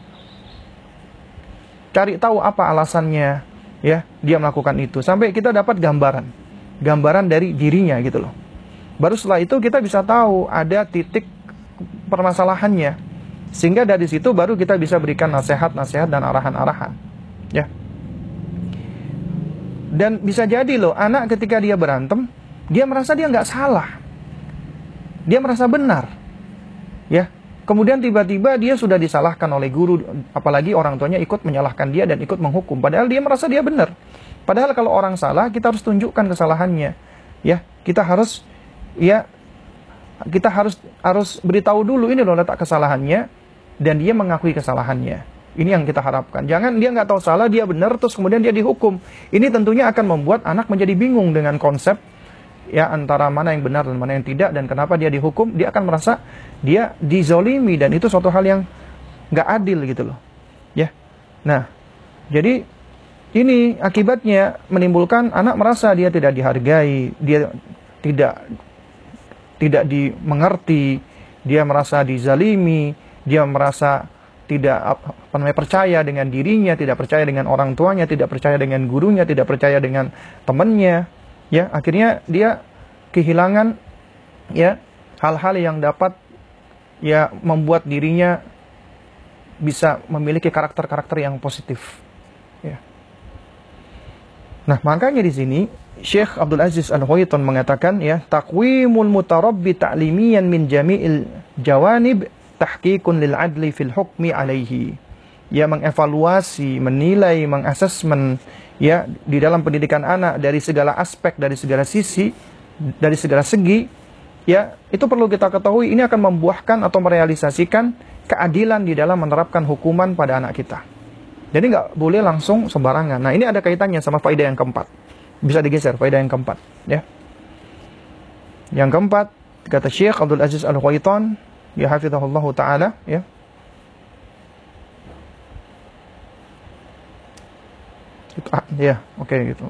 Cari tahu apa alasannya ya dia melakukan itu, sampai kita dapat gambaran dari dirinya gitu loh. Baru setelah itu kita bisa tahu ada titik permasalahannya, sehingga dari situ baru kita bisa berikan nasihat-nasihat dan arahan-arahan. Ya. Dan bisa jadi loh, anak ketika dia berantem, dia merasa dia nggak salah, dia merasa benar. Ya, kemudian tiba-tiba dia sudah disalahkan oleh guru, apalagi orang tuanya ikut menyalahkan dia dan ikut menghukum. Padahal dia merasa dia benar. Padahal kalau orang salah, kita harus tunjukkan kesalahannya. Ya, kita harus beritahu dulu ini loh letak kesalahannya, dan dia mengakui kesalahannya. Ini yang kita harapkan. Jangan dia nggak tahu salah, dia benar, terus kemudian dia dihukum. Ini tentunya akan membuat anak menjadi bingung dengan konsep ya antara mana yang benar dan mana yang tidak, dan kenapa dia dihukum. Dia akan merasa dia dizolimi, dan itu suatu hal yang nggak adil gitu loh. Ya, nah, jadi ini akibatnya menimbulkan anak merasa dia tidak dihargai, dia tidak dimengerti, dia merasa dizalimi, dia merasa tidak percaya dengan dirinya, tidak percaya dengan orang tuanya, tidak percaya dengan gurunya, tidak percaya dengan temannya. Ya, akhirnya dia kehilangan ya hal-hal yang dapat ya membuat dirinya bisa memiliki karakter-karakter yang positif. Ya. Nah, makanya di sini Syekh Abdul Aziz Al-Huwaiton mengatakan ya, taqwimul mutarabbi ta'limiyan min jami'il jawanib tahqiqun lil adli fil hukmi alaihi. Ya, mengevaluasi, menilai, mengasesmen ya di dalam pendidikan anak dari segala aspek, dari segala sisi, dari segala segi. Ya, itu perlu kita ketahui, ini akan membuahkan atau merealisasikan keadilan di dalam menerapkan hukuman pada anak kita. Jadi nggak boleh langsung sembarangan. Nah, ini ada kaitannya sama faedah yang keempat. Bisa digeser, faedah yang keempat. Ya. Yang keempat, kata Syekh Abdul Aziz Al-Huwaiton, ya hafizahullah ta'ala, ya. Ya, oke gitu.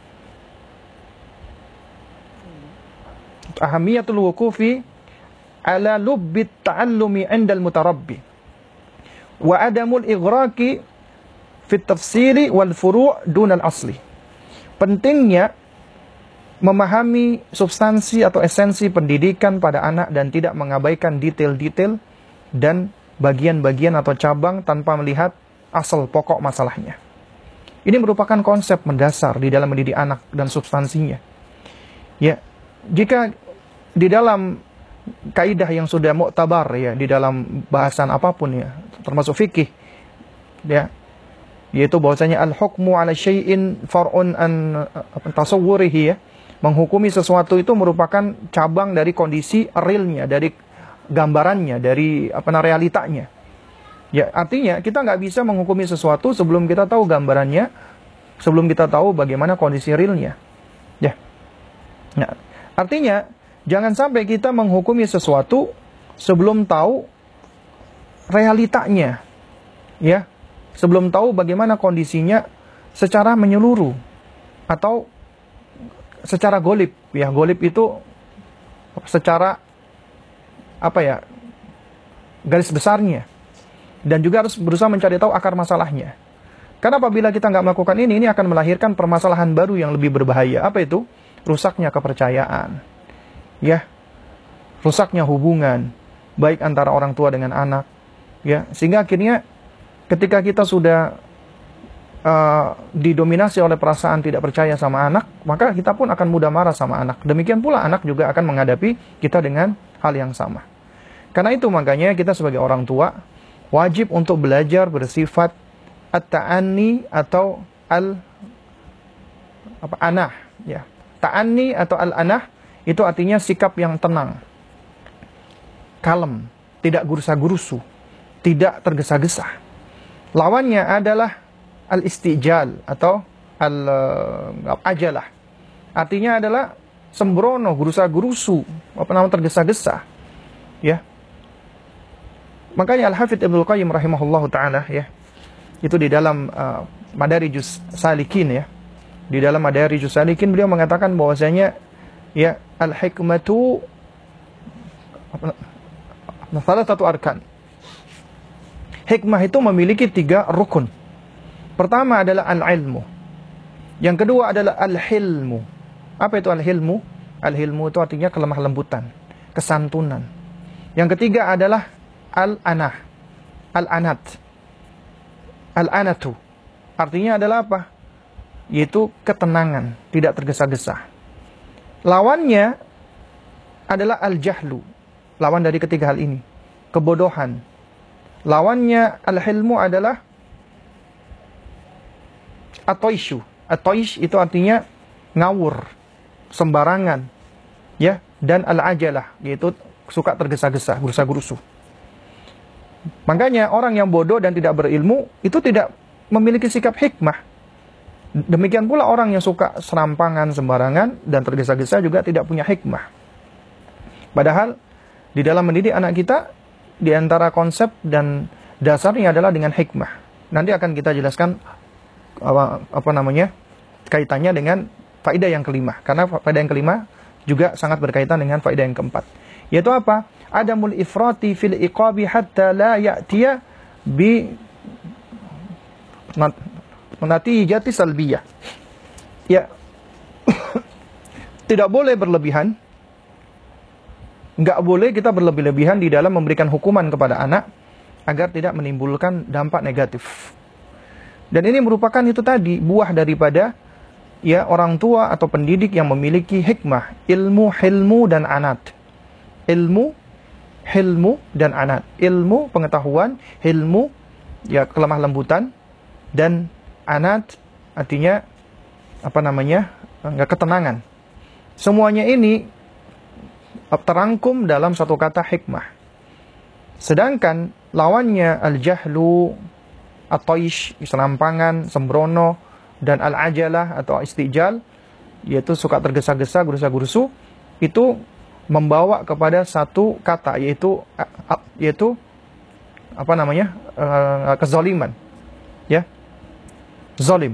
Ahamiyatul wuqufi ala lubbit ta'allumi 'inda al-mutarabbi wa adamul ighraqi fit tafsiri wal furu' dun al-asli. Pentingnya memahami substansi atau esensi pendidikan pada anak dan tidak mengabaikan detail-detail dan bagian-bagian atau cabang tanpa melihat asal pokok masalahnya. Ini merupakan konsep mendasar di dalam mendidik anak dan substansinya. Ya, jika di dalam kaidah yang sudah muktabar ya di dalam bahasan apapun ya, termasuk fikih ya, yaitu bahwasanya al-hukmu 'ala syai'in far'un an tasawwurihi ya. Menghukumi sesuatu itu merupakan cabang dari kondisi realnya, dari gambarannya, dari realitanya. Ya, artinya kita nggak bisa menghukumi sesuatu sebelum kita tahu gambarannya, sebelum kita tahu bagaimana kondisi realnya. Ya. Nah, artinya jangan sampai kita menghukumi sesuatu sebelum tahu realitanya. Ya. Sebelum tahu bagaimana kondisinya secara menyeluruh atau secara golib. Ya, golib itu secara garis besarnya. Dan juga harus berusaha mencari tahu akar masalahnya. Karena apabila kita nggak melakukan ini akan melahirkan permasalahan baru yang lebih berbahaya. Apa itu? Rusaknya kepercayaan. Ya. Rusaknya hubungan baik antara orang tua dengan anak. Ya, sehingga akhirnya ketika kita sudah didominasi oleh perasaan tidak percaya sama anak, maka kita pun akan mudah marah sama anak. Demikian pula anak juga akan menghadapi kita dengan hal yang sama. Karena itu makanya kita sebagai orang tua wajib untuk belajar bersifat at-ta'anni atau al-anah ya. Ta'anni atau al-anah itu artinya sikap yang tenang, kalem, tidak gursa-gurusu, tidak tergesa-gesa. Lawannya adalah al-istijal atau al-ajalah. Artinya adalah sembrono, gursa-gurusu, tergesa-gesa. Ya. Makanya Al-Hafidz Ibnul Qayyim rahimahullahu taala ya, itu di dalam Madarijus Salikin ya. Di dalam Madarijus Salikin beliau mengatakan bahwasanya ya al-hikmatu salah satu arkan. Hikmah itu memiliki 3 rukun. Pertama adalah al-ilmu. Yang kedua adalah al-hilmu. Apa itu al-hilmu? Al-hilmu itu artinya kelemah lembutan, kesantunan. Yang ketiga adalah al-anah, al-anat, al-anatu. Artinya adalah apa? Yaitu ketenangan, tidak tergesa-gesa. Lawannya adalah al-jahlu. Lawan dari ketiga hal ini, kebodohan. Lawannya al-hilmu adalah at-toishu. At-toish itu artinya ngawur, sembarangan, ya. Dan al-ajalah, yaitu suka tergesa-gesa, gursa-gurusu. Makanya orang yang bodoh dan tidak berilmu itu tidak memiliki sikap hikmah. Demikian pula orang yang suka serampangan sembarangan dan tergesa-gesa juga tidak punya hikmah. Padahal di dalam mendidik anak kita, di antara konsep dan dasarnya adalah dengan hikmah. Nanti akan kita jelaskan kaitannya dengan faedah yang kelima. Karena faedah yang kelima juga sangat berkaitan dengan faedah yang keempat. Yaitu apa? Adamul ifrati fil iqabi hatta la ya'tiya bi natijati salbiyah. Ya. Tidak boleh berlebihan. Nggak boleh kita berlebih-lebihan di dalam memberikan hukuman kepada anak agar tidak menimbulkan dampak negatif. Dan ini merupakan itu tadi buah daripada ya orang tua atau pendidik yang memiliki hikmah, ilmu, hilmu dan anat. Ilmu, hilmu dan anat. Ilmu, pengetahuan, hilmu ya kelemah lembutan dan anat artinya ketenangan. Semuanya ini terangkum dalam satu kata hikmah. Sedangkan lawannya al-jahlu, at-taish, serampangan, sembrono, dan al-ajalah atau istijal, yaitu suka tergesa-gesa, gurusa-gurusu, itu membawa kepada satu kata, yaitu kezaliman. Ya, zalim.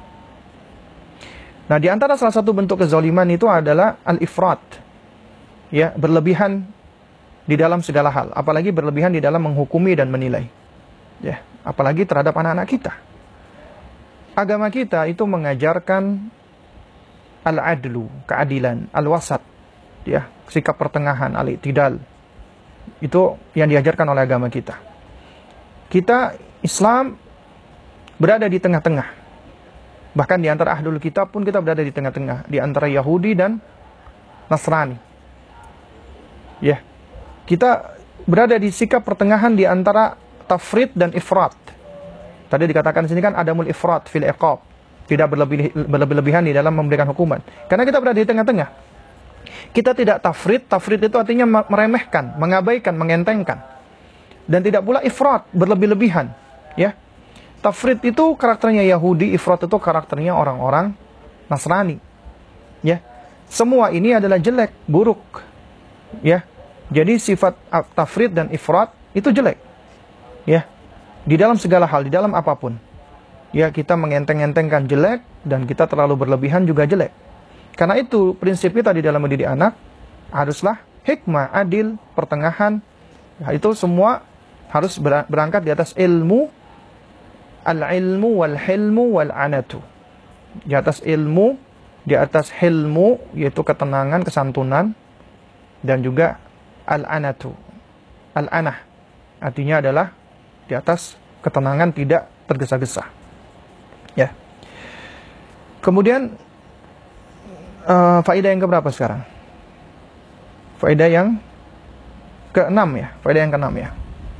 Nah, di antara salah satu bentuk kezaliman itu adalah al-ifrat. Ya, berlebihan di dalam segala hal, apalagi berlebihan di dalam menghukumi dan menilai. Ya, apalagi terhadap anak-anak kita. Agama kita itu mengajarkan al-adlu, keadilan, al-wasat, ya, sikap pertengahan, al-i'tidal. Itu yang diajarkan oleh agama kita. Kita Islam berada di tengah-tengah. Bahkan di antara ahlul kitab pun kita berada di tengah-tengah, di antara Yahudi dan Nasrani. Ya, kita berada di sikap pertengahan di antara tafrid dan ifrat. Tadi dikatakan di sini kan adamul ifrat fil iqab, tidak berlebihan di dalam memberikan hukuman. Karena kita berada di tengah-tengah. Kita tidak tafrid itu artinya meremehkan, mengabaikan, mengentengkan. Dan tidak pula ifrat, berlebih-lebihan. Ya, tafrid itu karakternya Yahudi, ifrat itu karakternya orang-orang Nasrani. Ya, semua ini adalah jelek, buruk. Ya. Jadi sifat tafrid dan ifrat itu jelek. Ya. Di dalam segala hal, di dalam apapun. Ya, kita mengenteng-entengkan jelek dan kita terlalu berlebihan juga jelek. Karena itu prinsip kita di dalam mendidik anak haruslah hikmah, adil, pertengahan. Ya, itu semua harus berangkat di atas ilmu, al-ilmu wal-hilmu wal-anatu. Di atas ilmu, di atas hilmu, yaitu ketenangan, kesantunan, dan juga al-anatu. Al-anah artinya adalah di atas ketenangan, tidak tergesa-gesa. Ya. Kemudian faedah yang keberapa sekarang? Faedah yang ke-6 ya. Faedah yang ke-6 ya.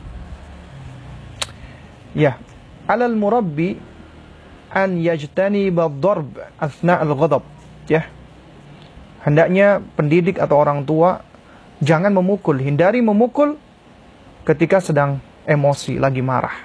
Ya. Alal murabbi an yajtaniba ad-darb athna al-ghadab. Ya. Hendaknya pendidik atau orang tua jangan memukul, hindari memukul ketika sedang emosi, lagi marah.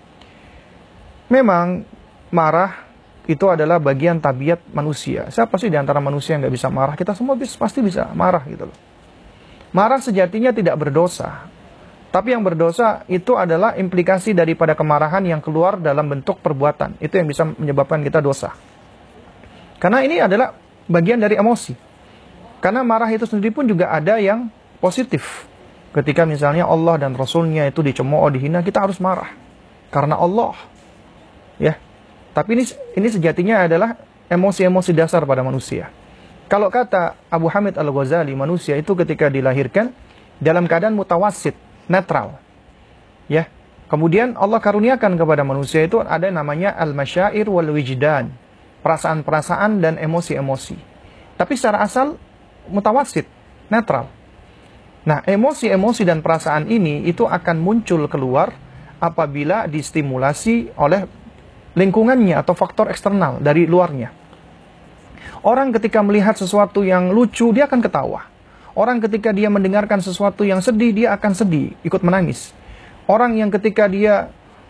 Memang marah itu adalah bagian tabiat manusia. Siapa sih di antara manusia yang nggak bisa marah? Kita semua pasti bisa marah gitu loh. Marah sejatinya tidak berdosa. Tapi yang berdosa itu adalah implikasi daripada kemarahan yang keluar dalam bentuk perbuatan. Itu yang bisa menyebabkan kita dosa. Karena ini adalah bagian dari emosi. Karena marah itu sendiri pun juga ada yang positif. Ketika misalnya Allah dan Rasulnya itu dicemooh, dihina, kita harus marah. Karena Allah. Ya. Tapi ini sejatinya adalah emosi-emosi dasar pada manusia. Kalau kata Abu Hamid Al-Ghazali, manusia itu ketika dilahirkan dalam keadaan mutawassit, netral. Ya. Kemudian Allah karuniakan kepada manusia itu ada namanya al-masyair wal wijdan. Perasaan-perasaan dan emosi-emosi. Tapi secara asal mutawassit, netral. Nah, emosi-emosi dan perasaan ini itu akan muncul keluar apabila distimulasi oleh lingkungannya atau faktor eksternal dari luarnya. Orang ketika melihat sesuatu yang lucu, dia akan ketawa. Orang ketika dia mendengarkan sesuatu yang sedih, dia akan sedih, ikut menangis. Orang yang ketika dia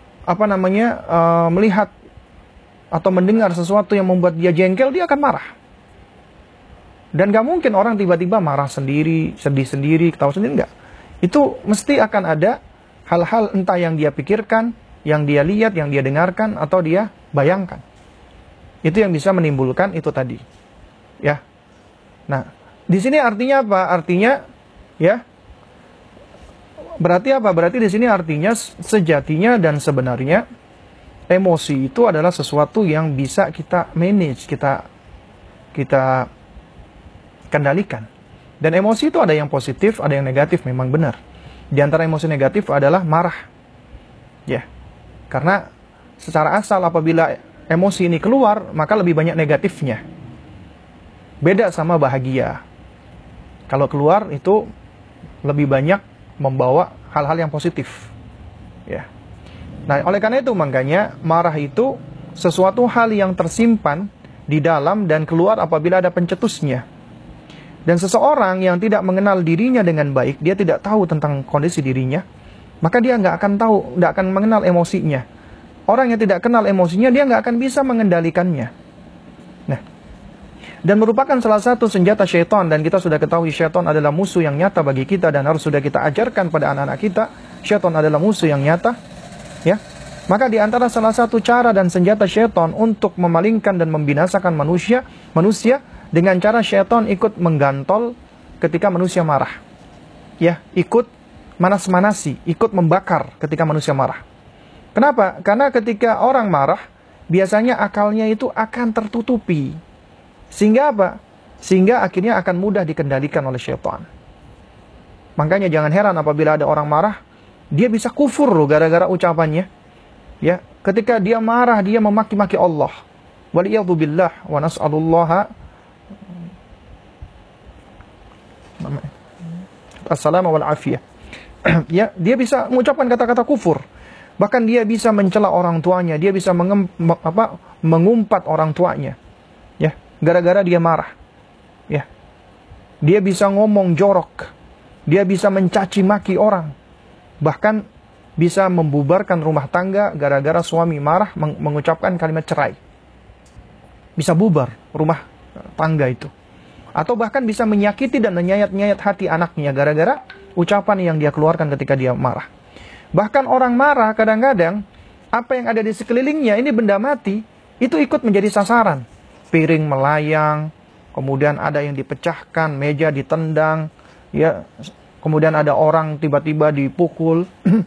melihat atau mendengar sesuatu yang membuat dia jengkel, dia akan marah. Dan gak mungkin orang tiba-tiba marah sendiri, sedih sendiri, ketawa sendiri, enggak. Itu mesti akan ada hal-hal entah yang dia pikirkan, yang dia lihat, yang dia dengarkan, atau dia bayangkan. Itu yang bisa menimbulkan itu tadi. Ya. Nah, di sini artinya apa? Artinya, ya, berarti apa? Berarti di sini artinya sejatinya dan sebenarnya emosi itu adalah sesuatu yang bisa kita manage, kita kendalikan. Dan emosi itu ada yang positif, ada yang negatif, memang benar. Di antara emosi negatif adalah marah. Ya. Karena secara asal apabila emosi ini keluar, maka lebih banyak negatifnya. Beda sama bahagia. Kalau keluar itu lebih banyak membawa hal-hal yang positif. Ya. Nah, oleh karena itu makanya marah itu sesuatu hal yang tersimpan di dalam dan keluar apabila ada pencetusnya. Dan seseorang yang tidak mengenal dirinya dengan baik, dia tidak tahu tentang kondisi dirinya, maka dia nggak akan mengenal emosinya. Orang yang tidak kenal emosinya, dia nggak akan bisa mengendalikannya. Nah, dan merupakan salah satu senjata syaitan, dan kita sudah ketahui syaitan adalah musuh yang nyata bagi kita, dan harus sudah kita ajarkan pada anak-anak kita, syaitan adalah musuh yang nyata, ya. Maka di antara salah satu cara dan senjata syaitan untuk memalingkan dan membinasakan manusia dengan cara syaitan ikut menggantol ketika manusia marah. Ya, ikut manas-manasi, ikut membakar ketika manusia marah. Kenapa? Karena ketika orang marah, biasanya akalnya itu akan tertutupi. Sehingga apa? Sehingga akhirnya akan mudah dikendalikan oleh syaitan. Makanya jangan heran apabila ada orang marah, dia bisa kufur loh gara-gara ucapannya. Ya, ketika dia marah, dia memaki-maki Allah. Waliyadzubillah wa nas'alullaha assalamu wal afiyah. Ya, dia bisa mengucapkan kata-kata kufur. Bahkan dia bisa mencela orang tuanya, dia bisa mengumpat orang tuanya. Ya, gara-gara dia marah. Ya. Dia bisa ngomong jorok. Dia bisa mencaci maki orang. Bahkan bisa membubarkan rumah tangga gara-gara suami marah mengucapkan kalimat cerai. Bisa bubar rumah tangga itu. Atau bahkan bisa menyakiti dan menyayat-nyayat hati anaknya gara-gara ucapan yang dia keluarkan ketika dia marah. Bahkan orang marah kadang-kadang apa yang ada di sekelilingnya ini benda mati itu ikut menjadi sasaran. Piring melayang, kemudian ada yang dipecahkan, meja ditendang, ya, kemudian ada orang tiba-tiba dipukul.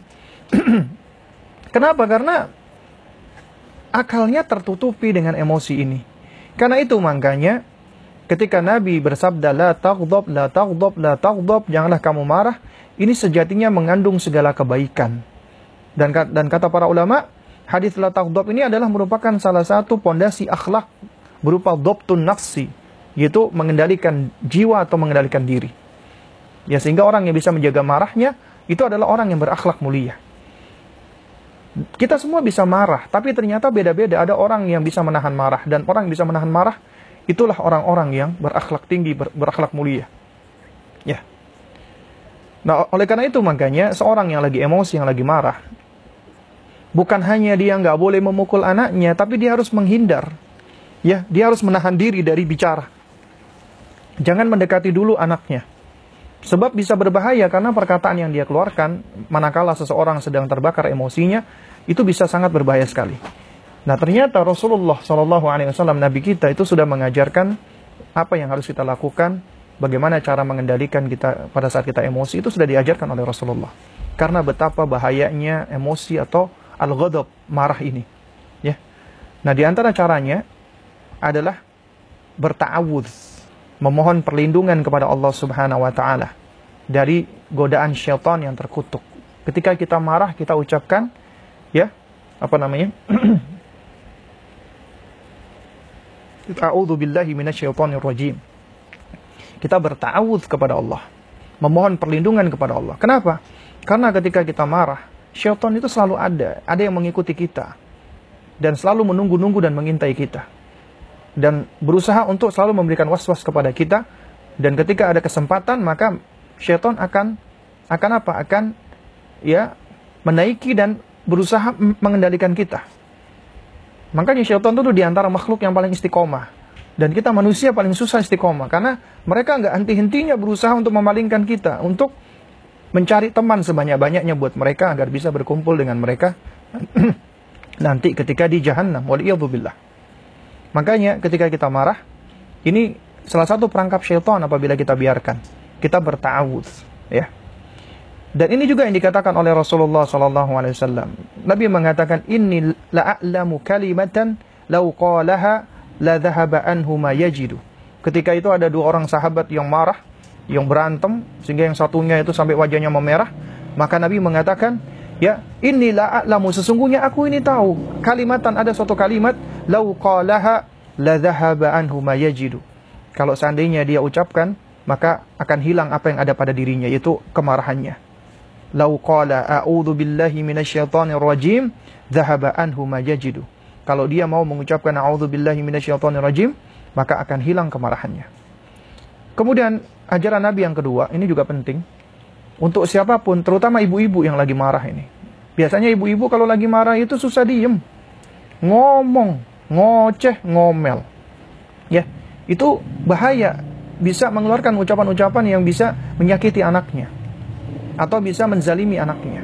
Kenapa? Karena akalnya tertutupi dengan emosi ini. Karena itu makanya ketika Nabi bersabda la taghdab, la taghdab, la taghdab, janganlah kamu marah, ini sejatinya mengandung segala kebaikan. Dan kata para ulama, hadis la taghdab ini adalah merupakan salah satu pondasi akhlak berupa dhabtun nafsi, yaitu mengendalikan jiwa atau mengendalikan diri. Ya, sehingga orang yang bisa menjaga marahnya itu adalah orang yang berakhlak mulia. Kita semua bisa marah, tapi ternyata beda-beda. Ada orang yang bisa menahan marah, dan orang yang bisa menahan marah itulah orang-orang yang berakhlak tinggi, berakhlak mulia. Ya. Nah, oleh karena itu makanya seorang yang lagi emosi, yang lagi marah, bukan hanya dia nggak boleh memukul anaknya, tapi dia harus menghindar. Ya, dia harus menahan diri dari bicara. Jangan mendekati dulu anaknya. Sebab bisa berbahaya karena perkataan yang dia keluarkan manakala seseorang sedang terbakar emosinya, itu bisa sangat berbahaya sekali. Nah, ternyata Rasulullah SAW, Nabi kita itu sudah mengajarkan apa yang harus kita lakukan, bagaimana cara mengendalikan kita pada saat kita emosi, itu sudah diajarkan oleh Rasulullah. Karena betapa bahayanya emosi atau al-ghadab, marah ini. Ya. Nah, di antara caranya adalah berta'awudz, memohon perlindungan kepada Allah Subhanahu wa taala dari godaan syaitan yang terkutuk. Ketika kita marah, kita ucapkan A'udzu billahi minasyaitonir rajim. Kita berta'awudz kepada Allah, memohon perlindungan kepada Allah. Kenapa? Karena ketika kita marah, syaitan itu selalu ada yang mengikuti kita dan selalu menunggu-nunggu dan mengintai kita. Dan berusaha untuk selalu memberikan was-was kepada kita. Dan ketika ada kesempatan, maka syaitan akan menaiki dan berusaha mengendalikan kita. Makanya syaitan itu di antara makhluk yang paling istiqomah. Dan kita manusia paling susah istiqomah. Karena mereka nggak henti-hentinya berusaha untuk memalingkan kita. Untuk mencari teman sebanyak-banyaknya buat mereka agar bisa berkumpul dengan mereka nanti ketika di jahannam. Waliyadzubillah. Makanya ketika kita marah, ini salah satu perangkap syaitan apabila kita biarkan. Kita berta'awudz, ya. Dan ini juga yang dikatakan oleh Rasulullah SAW. Nabi mengatakan, Inni la'a'lamu kalimatan law qalaha la dhahaba anhu ma yajidu. Ketika itu ada dua orang sahabat yang marah, yang berantem, sehingga yang satunya itu sampai wajahnya memerah. Maka Nabi mengatakan, ya, Inni la'a'lamu, sesungguhnya aku ini tahu. Kalimatan, ada suatu kalimat, law qalaha la dhahaba anhu ma yajidu. Kalau seandainya dia ucapkan, maka akan hilang apa yang ada pada dirinya, yaitu kemarahannya. Lau qala a'udzu billahi minasyaitonir rajim dhahaba anhu ma yajidu. Kalau dia mau mengucapkan a'udzu billahi minasyaitonir rajim, maka akan hilang kemarahannya. Kemudian ajaran Nabi yang kedua, ini juga penting untuk siapapun, terutama ibu-ibu yang lagi marah ini. Biasanya ibu-ibu kalau lagi marah itu susah diem. Ngomong, ngoceh, ngomel. Ya, itu bahaya, bisa mengeluarkan ucapan-ucapan yang bisa menyakiti anaknya atau bisa menzalimi anaknya.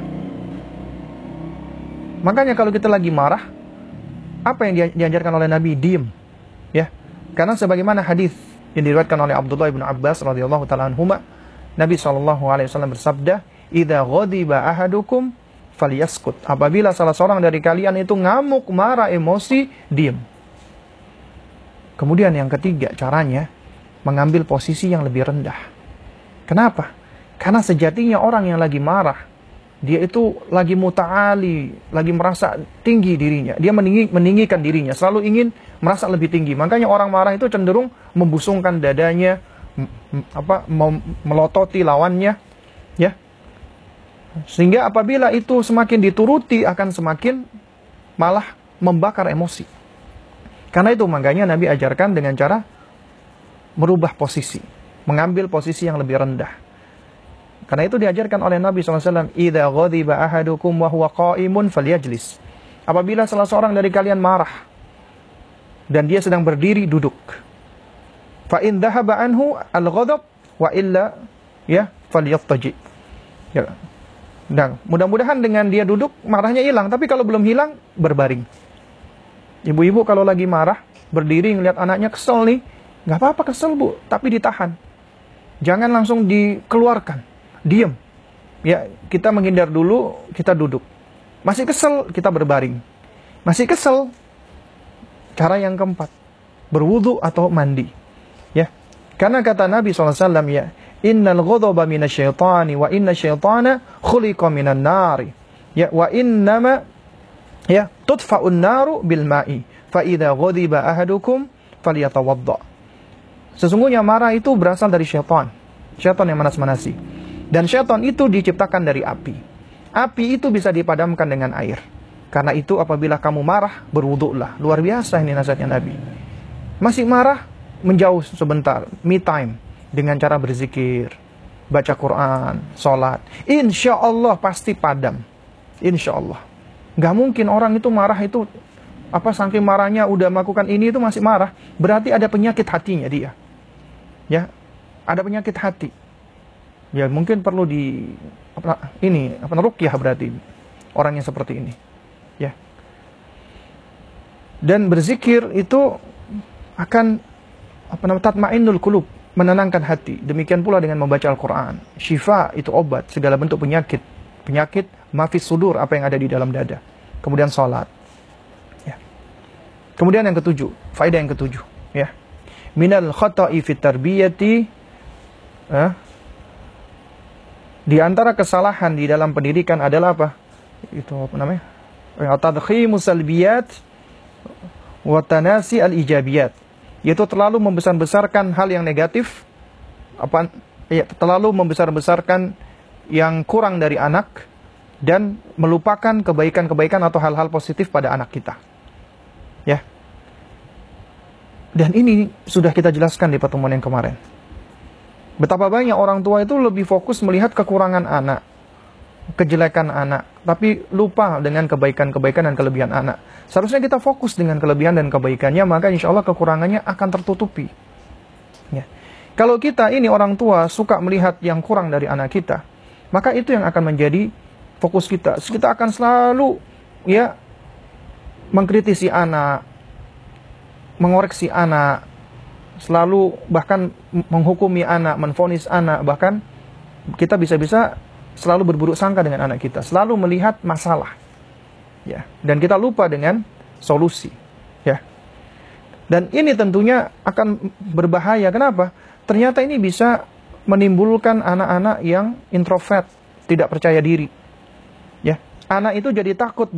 Makanya kalau kita lagi marah, apa yang diajarkan oleh Nabi? Diem, ya. Karena sebagaimana hadis yang diriwayatkan oleh Abdullah bin Abbas radhiyallahu taala anhuma, Nabi SAW bersabda, "Idza ghadiba ahadukum falyaskut." Apabila salah seorang dari kalian itu ngamuk, marah, emosi, diem. Kemudian yang ketiga caranya, mengambil posisi yang lebih rendah. Kenapa? Karena sejatinya orang yang lagi marah, dia itu lagi muta'ali, lagi merasa tinggi dirinya. Dia meninggikan dirinya, selalu ingin merasa lebih tinggi. Makanya orang marah itu cenderung membusungkan dadanya, melototi lawannya, ya. Sehingga apabila itu semakin dituruti, akan semakin malah membakar emosi. Karena itu makanya Nabi ajarkan dengan cara merubah posisi, mengambil posisi yang lebih rendah. Karena itu diajarkan oleh Nabi SAW, "Idza ghadiba ahadukum wa huwa qa'imun falyajlis." Apabila salah seorang dari kalian marah dan dia sedang berdiri, duduk. Fa in dhahaba anhu al-ghadab wa illa ya falyattaji. Ya. Dan mudah-mudahan dengan dia duduk marahnya hilang, tapi kalau belum hilang berbaring. Ibu-ibu kalau lagi marah, berdiri ngelihat anaknya kesel nih, nggak apa-apa kesel bu, tapi ditahan. Jangan langsung dikeluarkan. Diam. Ya, kita menghindar dulu, kita duduk. Masih kesel, kita berbaring. Masih kesel, cara yang keempat, berwudu atau mandi. Ya. Karena kata Nabi SAW, ya, Innal ghadaba minasyaitani wa inna syaitana khuliqa minan nari. Ya, wa innama ya tudfa'un naru bil ma'i. Fa idza ghadiba ahadukum falyatawadda. Sesungguhnya marah itu berasal dari syaitan. Syaitan yang manas-manasi. Dan syaitan itu diciptakan dari api. Api itu bisa dipadamkan dengan air. Karena itu apabila kamu marah, berwuduklah. Luar biasa ini nasihatnya Nabi. Masih marah, menjauh sebentar. Me time. Dengan cara berzikir, baca Quran, sholat. Insya Allah pasti padam. Insya Allah. Gak mungkin orang itu marah itu, saking marahnya udah melakukan ini itu masih marah. Berarti ada penyakit hatinya dia. Ya, ada penyakit hati. Ya mungkin perlu ruqyah berarti orang yang seperti ini. Ya. Dan berzikir itu akan tatmainnul qulub, menenangkan hati. Demikian pula dengan membaca Al-Qur'an. Syifa itu obat segala bentuk penyakit. Penyakit mafis sudur, apa yang ada di dalam dada. Kemudian salat. Ya. Kemudian yang ketujuh, faedah yang ketujuh, ya. Minal khata'i fit tarbiyati, di antara kesalahan di dalam pendidikan adalah apa? Itu apa namanya? Tadkhimus salbiyat wa tanasi al-ijabiyat. Yaitu terlalu membesar-besarkan hal yang negatif, terlalu membesar-besarkan yang kurang dari anak dan melupakan kebaikan-kebaikan atau hal-hal positif pada anak kita. Ya. Dan ini sudah kita jelaskan di pertemuan yang kemarin. Betapa banyak orang tua itu lebih fokus melihat kekurangan anak. kejelekan anak, tapi lupa dengan kebaikan-kebaikan dan kelebihan anak. Seharusnya kita fokus dengan kelebihan dan kebaikannya, maka insya Allah kekurangannya akan tertutupi. Ya. Kalau kita ini orang tua suka melihat yang kurang dari anak kita, maka itu yang akan menjadi fokus kita. Kita akan selalu ya mengkritisi anak, mengoreksi anak, selalu bahkan menghukumi anak, menvonis anak, bahkan kita bisa-bisa selalu berburuk sangka dengan anak kita, selalu melihat masalah, ya, dan kita lupa dengan solusi, ya. Dan ini tentunya akan berbahaya. Kenapa? Ternyata ini bisa menimbulkan anak-anak yang introvert, tidak percaya diri, ya. Anak itu jadi takut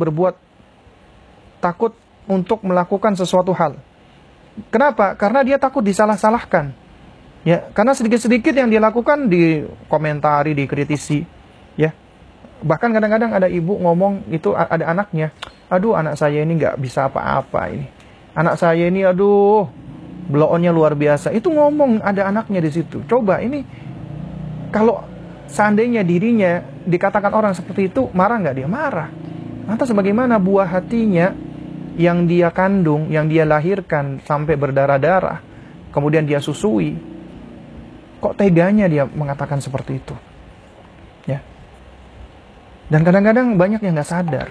untuk melakukan sesuatu hal. Kenapa? Karena dia takut disalah-salahkan, ya. Karena sedikit-sedikit yang dia lakukan dikomentari, dikritisi. Ya, bahkan kadang-kadang ada ibu ngomong itu ada anaknya, aduh anak saya ini nggak bisa apa-apa ini, anak saya ini aduh blow-onnya luar biasa. Itu ngomong ada anaknya di situ. Coba ini kalau seandainya dirinya dikatakan orang seperti itu, marah nggak dia? Marah. Lantas bagaimana buah hatinya yang dia kandung, yang dia lahirkan sampai berdarah-darah, kemudian dia susui? Kok teganya dia mengatakan seperti itu? Ya. Dan kadang-kadang banyak yang nggak sadar.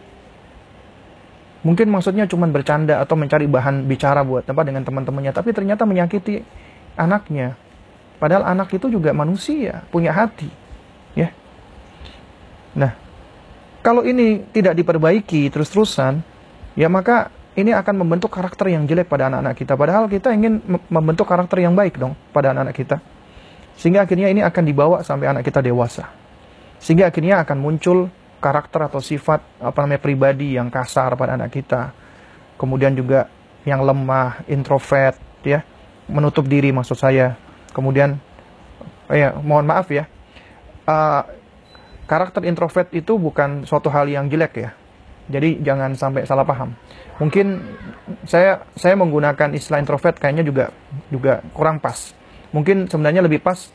Mungkin maksudnya cuma bercanda atau mencari bahan bicara buat dengan teman-temannya, tapi ternyata menyakiti anaknya. Padahal anak itu juga manusia, punya hati, ya. Nah, kalau ini tidak diperbaiki terus-terusan, ya maka ini akan membentuk karakter yang jelek pada anak-anak kita. Padahal kita ingin membentuk karakter yang baik dong pada anak-anak kita. Sehingga akhirnya ini akan dibawa sampai anak kita dewasa. Sehingga akhirnya akan muncul karakter atau sifat pribadi yang kasar pada anak kita. Kemudian juga yang lemah, introvert, ya, menutup diri maksud saya. Kemudian mohon maaf ya. Karakter introvert itu bukan suatu hal yang jelek ya. Jadi jangan sampai salah paham. Mungkin saya menggunakan istilah introvert kayaknya juga kurang pas. Mungkin sebenarnya lebih pas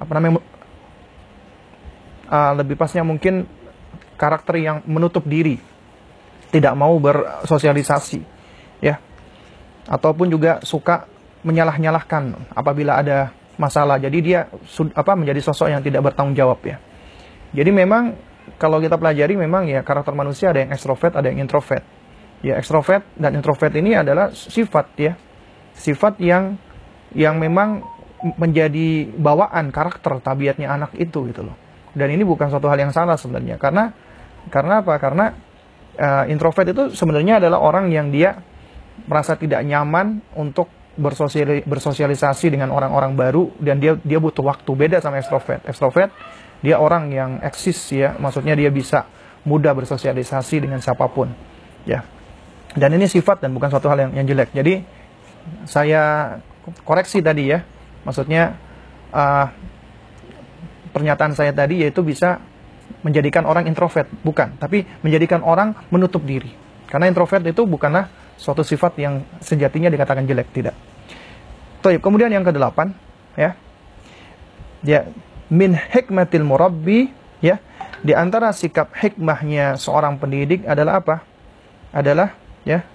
lebih pasnya mungkin karakter yang menutup diri, tidak mau bersosialisasi, ya, ataupun juga suka menyalah-nyalahkan apabila ada masalah. Jadi dia menjadi sosok yang tidak bertanggung jawab, ya. Jadi memang kalau kita pelajari memang ya karakter manusia ada yang ekstrovert, ada yang introvert. Ya, ekstrovert dan introvert ini adalah sifat, ya, sifat yang memang menjadi bawaan karakter tabiatnya anak itu gitu loh. Dan ini bukan suatu hal yang salah sebenarnya. Karena apa? Karena introvert itu sebenarnya adalah orang yang dia merasa tidak nyaman untuk bersosialisasi dengan orang-orang baru, dan dia butuh waktu. Beda sama ekstrovert. Ekstrovert dia orang yang eksis, ya. Maksudnya dia bisa mudah bersosialisasi dengan siapapun, ya. Dan ini sifat dan bukan suatu hal yang jelek. Jadi saya koreksi tadi, ya. Maksudnya pernyataan saya tadi yaitu bisa menjadikan orang introvert, bukan, tapi menjadikan orang menutup diri. Karena introvert itu bukanlah suatu sifat yang sejatinya dikatakan jelek, tidak. Kemudian yang ke-8, ya. Ya, min hikmatil murabbi, ya. Di antara sikap hikmahnya seorang pendidik adalah apa? Adalah, ya,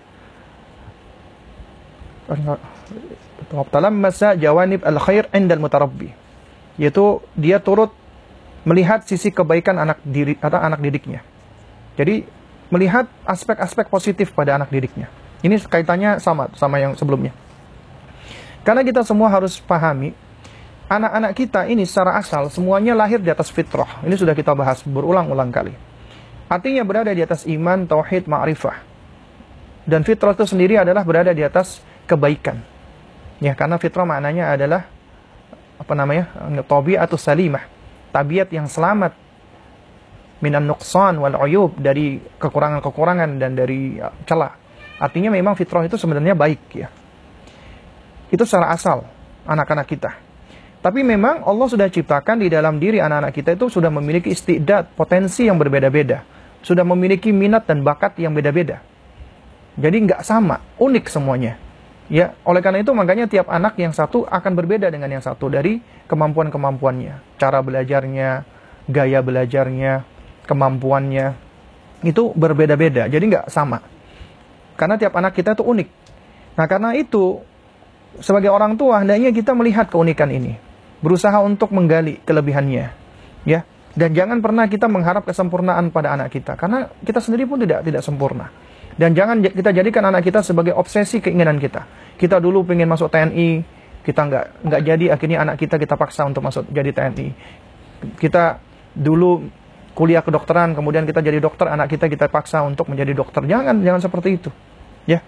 talammasa jawanib al-khair indal mutarabbi. Yaitu dia turut melihat sisi kebaikan anak didiknya. Jadi melihat aspek-aspek positif pada anak didiknya. Ini kaitannya sama yang sebelumnya. Karena kita semua harus pahami, anak-anak kita ini secara asal semuanya lahir di atas fitrah. Ini sudah kita bahas berulang-ulang kali. Artinya berada di atas iman, tauhid, ma'rifah. Dan fitrah itu sendiri adalah berada di atas kebaikan. Ya, karena fitrah maknanya adalah tabi'atus salimah, tabiat yang selamat minan nuqsan wal uyub, dari kekurangan-kekurangan dan dari celah. Artinya memang fitrah itu sebenarnya baik, ya. Itu secara asal anak-anak kita. Tapi memang Allah sudah ciptakan di dalam diri anak-anak kita itu sudah memiliki istidad, potensi yang berbeda-beda, sudah memiliki minat dan bakat yang beda-beda. Jadi nggak sama, unik semuanya. Ya, oleh karena itu makanya tiap anak yang satu akan berbeda dengan yang satu dari kemampuan-kemampuannya, cara belajarnya, gaya belajarnya, kemampuannya itu berbeda-beda, jadi nggak sama. Karena tiap anak kita itu unik. Nah, karena itu sebagai orang tua hendaknya kita melihat keunikan ini, berusaha untuk menggali kelebihannya, ya. Dan jangan pernah kita mengharap kesempurnaan pada anak kita, karena kita sendiri pun tidak sempurna. Dan jangan kita jadikan anak kita sebagai obsesi keinginan kita. Kita dulu pengen masuk TNI, kita nggak jadi, akhirnya anak kita paksa untuk masuk jadi TNI. Kita dulu kuliah kedokteran, kemudian kita jadi dokter, anak kita paksa untuk menjadi dokter. Jangan seperti itu, ya.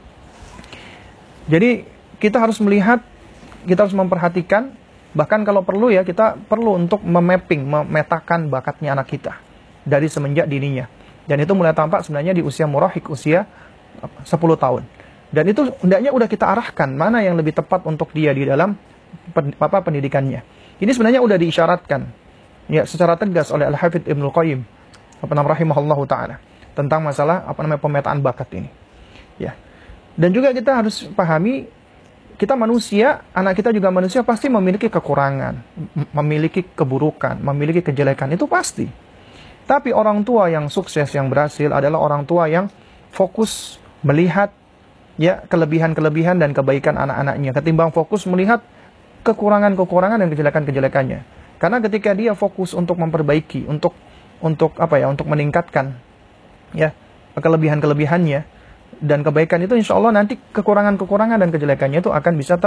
Jadi kita harus melihat, kita harus memperhatikan, bahkan kalau perlu ya kita perlu untuk memetakan bakatnya anak kita dari semenjak dininya. Dan itu mulai tampak sebenarnya di usia murahik, usia 10 tahun. Dan itu hendaknya udah kita arahkan mana yang lebih tepat untuk dia di dalam pendidikannya. Ini sebenarnya udah diisyaratkan ya secara tegas oleh Al-Hafidz Ibnul Qayyim rahimahullahu taala tentang masalah pemetaan bakat ini. Ya. Dan juga kita harus pahami, kita manusia, anak kita juga manusia, pasti memiliki kekurangan, memiliki keburukan, memiliki kejelekan, itu pasti. Tapi orang tua yang sukses, yang berhasil adalah orang tua yang fokus melihat ya kelebihan-kelebihan dan kebaikan anak-anaknya, ketimbang fokus melihat kekurangan-kekurangan dan kejelekan-kejelekannya. Karena ketika dia fokus untuk memperbaiki, untuk meningkatkan ya kelebihan-kelebihannya dan kebaikan itu, insya Allah nanti kekurangan-kekurangan dan kejelekannya itu akan bisa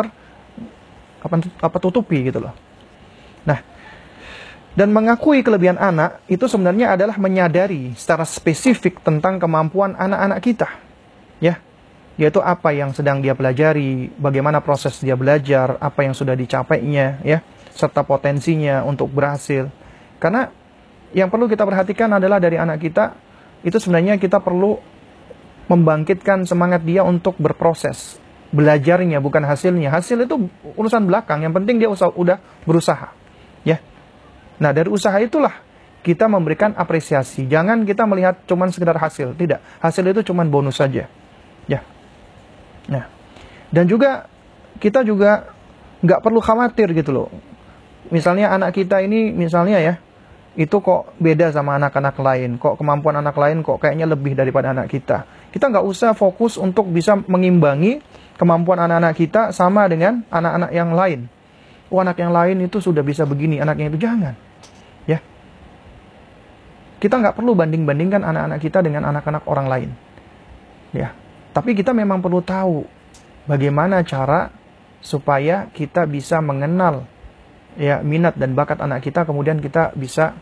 tutupi gitu loh. Nah, dan mengakui kelebihan anak itu sebenarnya adalah menyadari secara spesifik tentang kemampuan anak-anak kita, ya, yaitu apa yang sedang dia pelajari, bagaimana proses dia belajar, apa yang sudah dicapainya, ya, serta potensinya untuk berhasil. Karena yang perlu kita perhatikan adalah dari anak kita itu sebenarnya kita perlu membangkitkan semangat dia untuk berproses, belajarnya bukan hasilnya. Hasil itu urusan belakang, yang penting dia udah berusaha, ya. Nah, dari usaha itulah kita memberikan apresiasi. Jangan kita melihat cuman sekedar hasil, tidak. Hasil itu cuman bonus saja, ya. Nah, dan juga kita juga nggak perlu khawatir gitu loh. Misalnya anak kita ini misalnya ya, itu kok beda sama anak-anak lain, kok kemampuan anak lain kok kayaknya lebih daripada anak kita. Kita nggak usah fokus untuk bisa mengimbangi kemampuan anak-anak kita sama dengan anak-anak yang lain. Oh, anak yang lain itu sudah bisa begini, anaknya itu jangan. Ya, kita nggak perlu banding-bandingkan anak-anak kita dengan anak-anak orang lain. Ya, tapi kita memang perlu tahu bagaimana cara supaya kita bisa mengenal ya minat dan bakat anak kita, kemudian kita bisa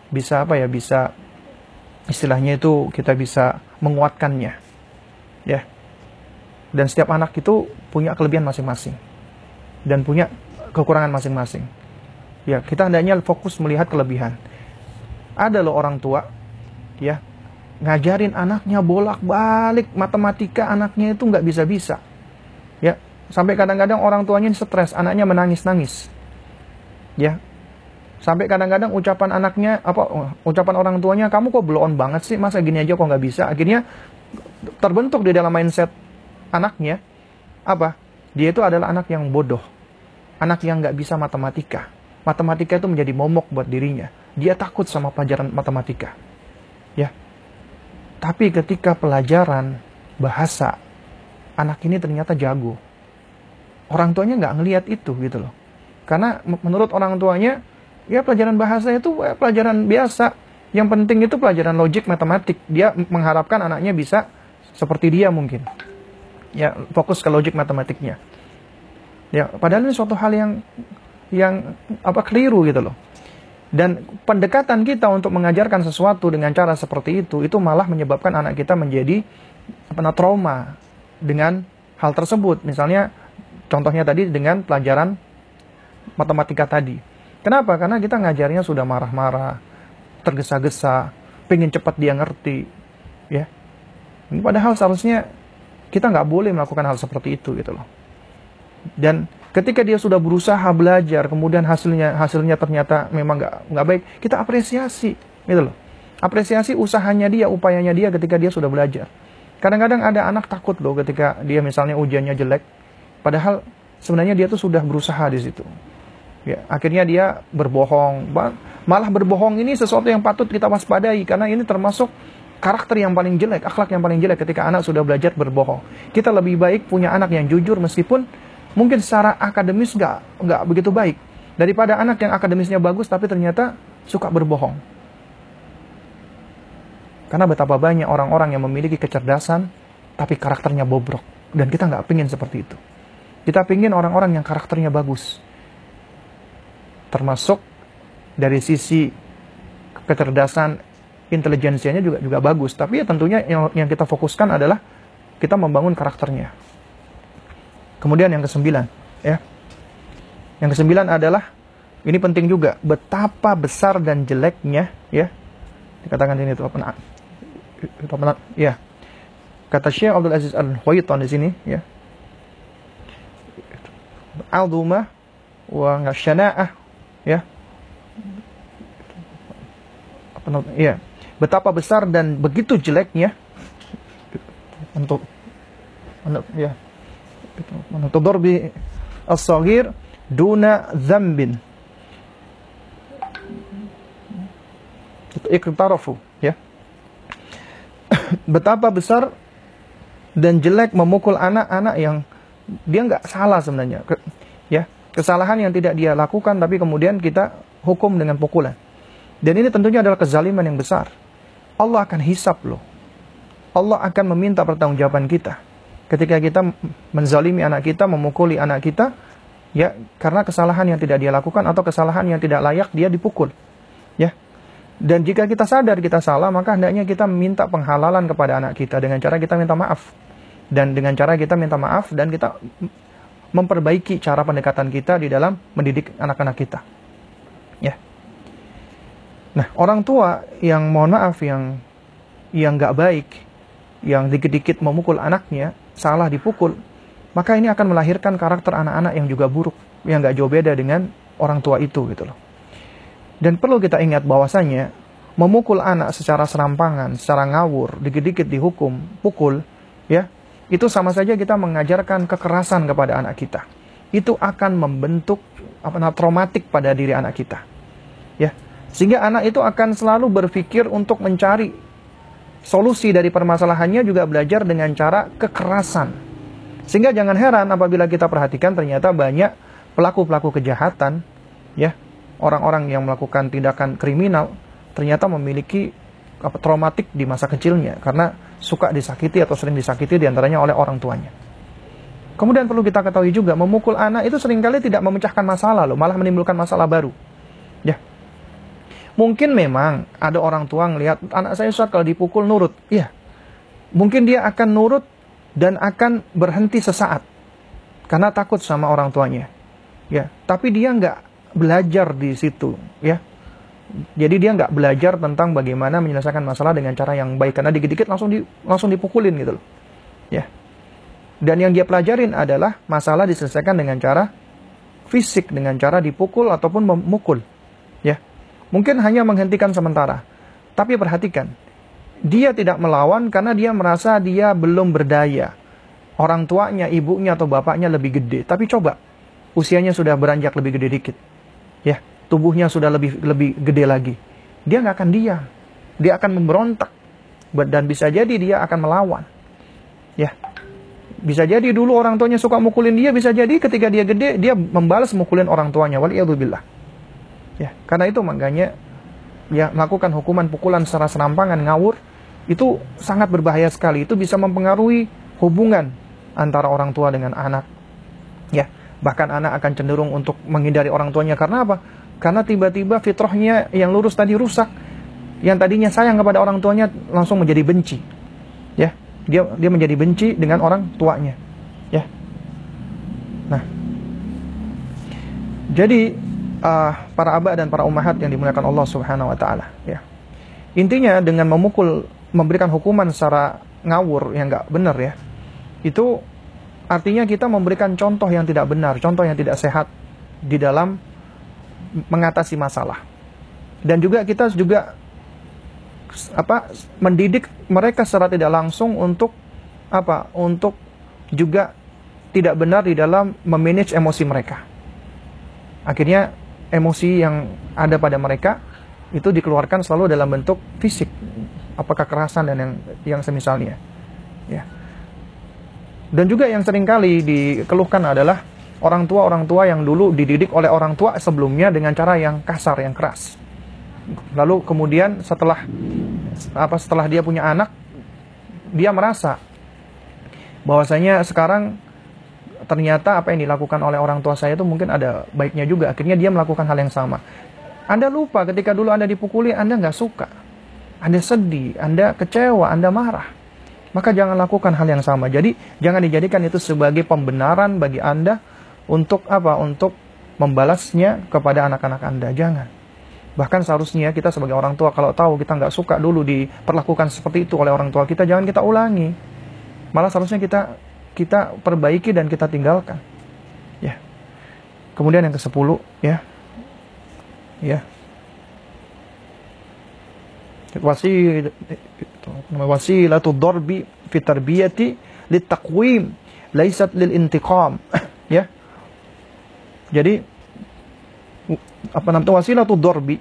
istilahnya itu kita bisa menguatkannya, ya. Dan setiap anak itu punya kelebihan masing-masing dan punya kekurangan masing-masing. Ya, kita hendaknya fokus melihat kelebihan. Ada loh orang tua, ya, ngajarin anaknya bolak-balik matematika, anaknya itu nggak bisa-bisa, ya. Sampai kadang-kadang orang tuanya stres, anaknya menangis-nangis, ya. Sampai kadang-kadang ucapan orang tuanya, kamu kok blow on banget sih, masa gini aja kok nggak bisa. Akhirnya terbentuk di dalam mindset anaknya dia itu adalah anak yang bodoh, anak yang nggak bisa matematika. Matematika itu menjadi momok buat dirinya. Dia takut sama pelajaran matematika, ya. Tapi ketika pelajaran bahasa, anak ini ternyata jago. Orang tuanya nggak ngelihat itu gitu loh. Karena menurut orang tuanya, ya pelajaran bahasa itu pelajaran biasa. Yang penting itu pelajaran logik, matematik. Dia mengharapkan anaknya bisa seperti dia mungkin. Ya, fokus ke logik matematiknya. Ya, padahal ini suatu hal yang keliru gitu loh. Dan pendekatan kita untuk mengajarkan sesuatu dengan cara seperti itu malah menyebabkan anak kita menjadi trauma dengan hal tersebut. Misalnya contohnya tadi dengan pelajaran matematika tadi. Kenapa? Karena kita ngajarnya sudah marah-marah, tergesa-gesa, pengen cepat dia ngerti, ya. Padahal seharusnya kita nggak boleh melakukan hal seperti itu gitu loh. Dan ketika dia sudah berusaha belajar, kemudian hasilnya ternyata memang nggak baik, kita apresiasi, gitu loh. Apresiasi usahanya dia, upayanya dia ketika dia sudah belajar. Kadang-kadang ada anak takut loh ketika dia misalnya ujiannya jelek, padahal sebenarnya dia tuh sudah berusaha di situ. Ya, akhirnya dia berbohong. Malah berbohong ini sesuatu yang patut kita waspadai, karena ini termasuk karakter yang paling jelek, akhlak yang paling jelek ketika anak sudah belajar berbohong. Kita lebih baik punya anak yang jujur meskipun mungkin secara akademis nggak begitu baik, daripada anak yang akademisnya bagus tapi ternyata suka berbohong. Karena betapa banyak orang-orang yang memiliki kecerdasan tapi karakternya bobrok, dan kita nggak pingin seperti itu. Kita pingin orang-orang yang karakternya bagus, termasuk dari sisi kecerdasan, intelijensianya juga bagus. Tapi ya tentunya yang kita fokuskan adalah kita membangun karakternya. Kemudian yang kesembilan, ya. Yang kesembilan adalah, ini penting juga, betapa besar dan jeleknya, ya. Dikatakan ini itu apa? Ya. Kata Syekh Abdul Aziz Al-Huwaitan di sini, ya. Al-Dhumah wa Syana'ah, ya. Ya, betapa besar dan begitu jeleknya untuk ya, untuk dorbi as-saghir duna dzambin, iqtarafu, ya. Betapa besar dan jelek memukul anak-anak yang dia nggak salah sebenarnya, ya, kesalahan yang tidak dia lakukan tapi kemudian kita hukum dengan pukulan. Dan ini tentunya adalah kezaliman yang besar. Allah akan hisab loh. Allah akan meminta pertanggungjawaban kita ketika kita menzalimi anak kita, memukuli anak kita, ya, karena kesalahan yang tidak dia lakukan atau kesalahan yang tidak layak dia dipukul, ya. Dan jika kita sadar kita salah, maka hendaknya kita minta penghalalan kepada anak kita dengan cara kita minta maaf. Dan dengan cara kita minta maaf dan kita memperbaiki cara pendekatan kita di dalam mendidik anak-anak kita, ya. Nah, orang tua yang mohon maaf yang nggak baik, yang dikit-dikit memukul anaknya, salah dipukul, maka ini akan melahirkan karakter anak-anak yang juga buruk, yang nggak jauh beda dengan orang tua itu, gitu loh. Dan perlu kita ingat bahwasanya memukul anak secara serampangan, secara ngawur, dikit-dikit dihukum, pukul, ya, itu sama saja kita mengajarkan kekerasan kepada anak kita. Itu akan membentuk traumatik pada diri anak kita, ya. Sehingga anak itu akan selalu berpikir untuk mencari solusi dari permasalahannya, juga belajar dengan cara kekerasan. Sehingga jangan heran apabila kita perhatikan ternyata banyak pelaku-pelaku kejahatan, ya, orang-orang yang melakukan tindakan kriminal ternyata memiliki traumatik di masa kecilnya karena suka disakiti atau sering disakiti diantaranya oleh orang tuanya. Kemudian perlu kita ketahui juga, memukul anak itu seringkali tidak memecahkan masalah loh, malah menimbulkan masalah baru, ya. Mungkin memang ada orang tua ngelihat anak saya Ustaz kalau dipukul nurut, iya. Mungkin dia akan nurut dan akan berhenti sesaat karena takut sama orang tuanya, ya. Tapi dia nggak belajar di situ, ya. Jadi dia nggak belajar tentang bagaimana menyelesaikan masalah dengan cara yang baik, karena dikit-dikit langsung dipukulin gitu loh, ya. Dan yang dia pelajarin adalah masalah diselesaikan dengan cara fisik, dengan cara dipukul ataupun memukul, ya. Mungkin hanya menghentikan sementara. Tapi perhatikan, dia tidak melawan karena dia merasa dia belum berdaya. Orang tuanya, ibunya atau bapaknya lebih gede. Tapi coba, usianya sudah beranjak lebih gede dikit, ya, tubuhnya sudah lebih gede lagi. Dia nggak akan diam. Dia akan memberontak. Dan bisa jadi dia akan melawan, ya. Bisa jadi dulu orang tuanya suka mukulin dia, bisa jadi ketika dia gede, dia membalas mukulin orang tuanya. Waliyadzubillah. Ya, karena itu makanya ya melakukan hukuman pukulan secara serampangan, ngawur, itu sangat berbahaya sekali. Itu bisa mempengaruhi hubungan antara orang tua dengan anak. Ya, bahkan anak akan cenderung untuk menghindari orang tuanya karena apa? Karena tiba-tiba fitrahnya yang lurus tadi rusak. Yang tadinya sayang kepada orang tuanya langsung menjadi benci. Ya, dia menjadi benci dengan orang tuanya. Ya. Nah, jadi para abah dan para ummahat yang dimuliakan Allah Subhanahu wa taala, ya. Intinya dengan memukul, memberikan hukuman secara ngawur yang enggak benar, ya. Itu artinya kita memberikan contoh yang tidak benar, contoh yang tidak sehat di dalam mengatasi masalah. Dan juga kita juga mendidik mereka secara tidak langsung untuk Untuk juga tidak benar di dalam memanage emosi mereka. Akhirnya emosi yang ada pada mereka itu dikeluarkan selalu dalam bentuk fisik, apakah kekerasan dan yang semisalnya. Ya. Dan juga yang seringkali dikeluhkan adalah orang tua yang dulu dididik oleh orang tua sebelumnya dengan cara yang kasar, yang keras. Lalu kemudian setelah dia punya anak, dia merasa bahwasanya sekarang ternyata apa yang dilakukan oleh orang tua saya itu mungkin ada baiknya juga. Akhirnya dia melakukan hal yang sama. Anda lupa ketika dulu Anda dipukuli, Anda nggak suka. Anda sedih, Anda kecewa, Anda marah. Maka jangan lakukan hal yang sama. Jadi jangan dijadikan itu sebagai pembenaran bagi Anda untuk apa? Untuk membalasnya kepada anak-anak Anda. Jangan. Bahkan seharusnya kita sebagai orang tua, kalau tahu kita nggak suka dulu diperlakukan seperti itu oleh orang tua kita, jangan kita ulangi. Malah seharusnya kita perbaiki dan kita tinggalkan. Ya. Kemudian yang ke-10, ya. Ya. Wasilatu darbi fi tarbiyati litaqwim laysat lil intiqam. Ya. Jadi wasilatu darbi,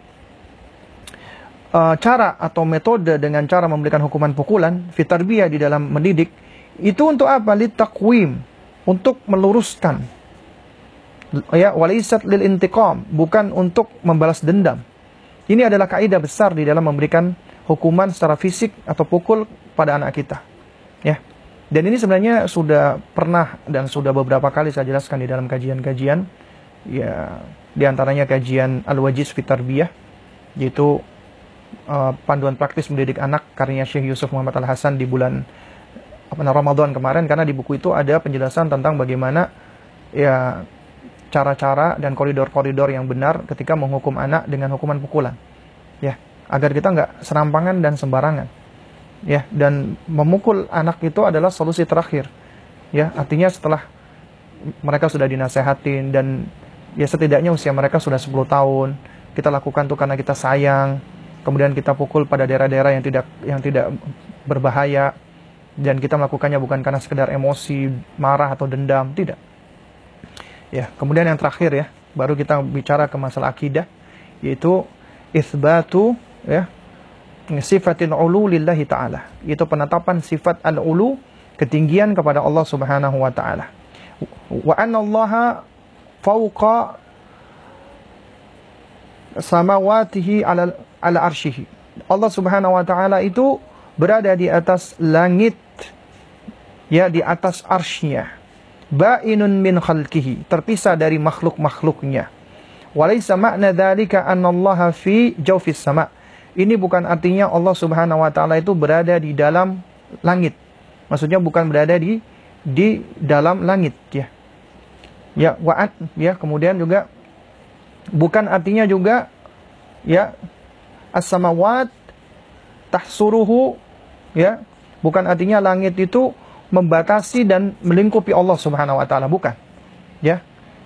cara atau metode dengan cara memberikan hukuman pukulan fi tarbiyah di dalam mendidik itu untuk apa? Litaqwim, untuk meluruskan. Ya, walaysat lil intiqam, bukan untuk membalas dendam. Ini adalah kaidah besar di dalam memberikan hukuman secara fisik atau pukul pada anak kita. Ya. Dan ini sebenarnya sudah pernah dan sudah beberapa kali saya jelaskan di dalam kajian-kajian. Ya, di antaranya kajian Al-Wajiz fi Tarbiyah, yaitu panduan praktis mendidik anak karya Syekh Yusuf Muhammad Al-Hasan di bulan Ramadan kemarin, karena di buku itu ada penjelasan tentang bagaimana ya cara-cara dan koridor-koridor yang benar ketika menghukum anak dengan hukuman pukulan, ya, agar kita nggak serampangan dan sembarangan, ya. Dan memukul anak itu adalah solusi terakhir, ya. Artinya setelah mereka sudah dinasehatin dan ya setidaknya usia mereka sudah 10 tahun, kita lakukan itu karena kita sayang, kemudian kita pukul pada daerah-daerah yang tidak berbahaya, dan kita melakukannya bukan karena sekedar emosi, marah atau dendam, tidak. Ya, kemudian yang terakhir, ya, baru kita bicara ke masalah akidah, yaitu isbatu, ya, sifatil ulu lillahi ta'ala. Itu penetapan sifat al-ulu, ketinggian kepada Allah Subhanahu wa ta'ala. Wa anna Allaha fawqa samawatihi ala arshihi. Allah Subhanahu wa ta'ala itu berada di atas langit, ya, di atas arsy-Nya. Ba'inun min khalqihi, terpisah dari makhluk-makhluknya. Walaysa ma'na dzalika anna Allah fi jawfis sama'. Ini bukan artinya Allah Subhanahu wa taala itu berada di dalam langit. Maksudnya bukan berada di dalam langit, ya. Ya, ya, kemudian juga bukan artinya juga, ya, as-samawat tahsuruhu, ya. Bukan artinya langit itu membatasi dan melingkupi Allah Subhanahu wa taala, bukan. Ya.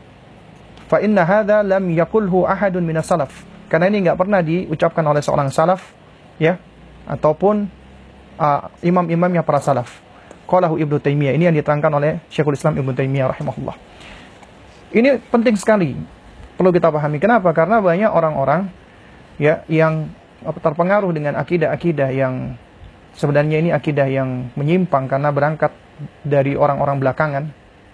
Fa inna hadza lam yaqulhu ahadun minas salaf. Karena ini enggak pernah diucapkan oleh seorang salaf, ya, ataupun imam-imamnya para salaf. Qalahu Ibnu Taimiyah. Ini yang diterangkan oleh Syekhul Islam Ibnu Taimiyah rahimahullah. Ini penting sekali, perlu kita pahami. Kenapa? Karena banyak orang-orang, ya, yang terpengaruh dengan akidah-akidah yang sebenarnya ini akidah yang menyimpang karena berangkat dari orang-orang belakangan.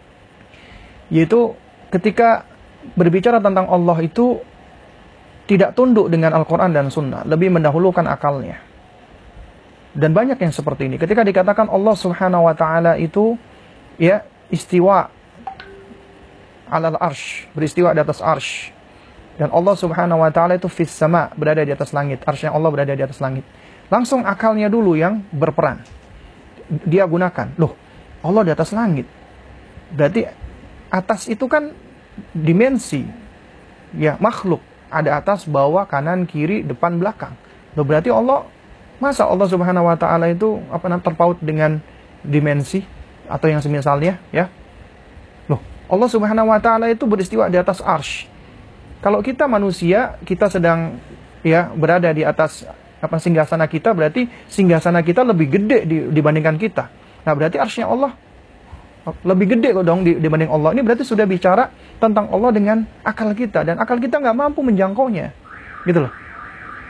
Yaitu ketika berbicara tentang Allah itu tidak tunduk dengan Al-Quran dan Sunnah, lebih mendahulukan akalnya. Dan banyak yang seperti ini. Ketika dikatakan Allah Subhanahu wa ta'ala itu, ya, istiwa alal arsh, beristiwa di atas arsh. Dan Allah Subhanahu wa ta'ala itu fis sama, berada di atas langit. Arshnya Allah berada di atas langit. Langsung akalnya dulu yang berperan. Dia gunakan. Loh, Allah di atas langit. Berarti atas itu kan dimensi. Ya, makhluk. Ada atas, bawah, kanan, kiri, depan, belakang. Loh, berarti Allah, masa Allah Subhanahu wa ta'ala itu terpaut dengan dimensi atau yang semisalnya, ya? Loh, Allah Subhanahu wa ta'ala itu beristiwa di atas arsy. Kalau kita manusia, kita sedang, ya, berada di atas singgasana kita, berarti singgasana kita lebih gede dibandingkan kita. Nah, berarti arsy-nya Allah lebih gede kok dong dibanding Allah. Ini berarti sudah bicara tentang Allah dengan akal kita, dan akal kita nggak mampu menjangkaunya, gitu loh.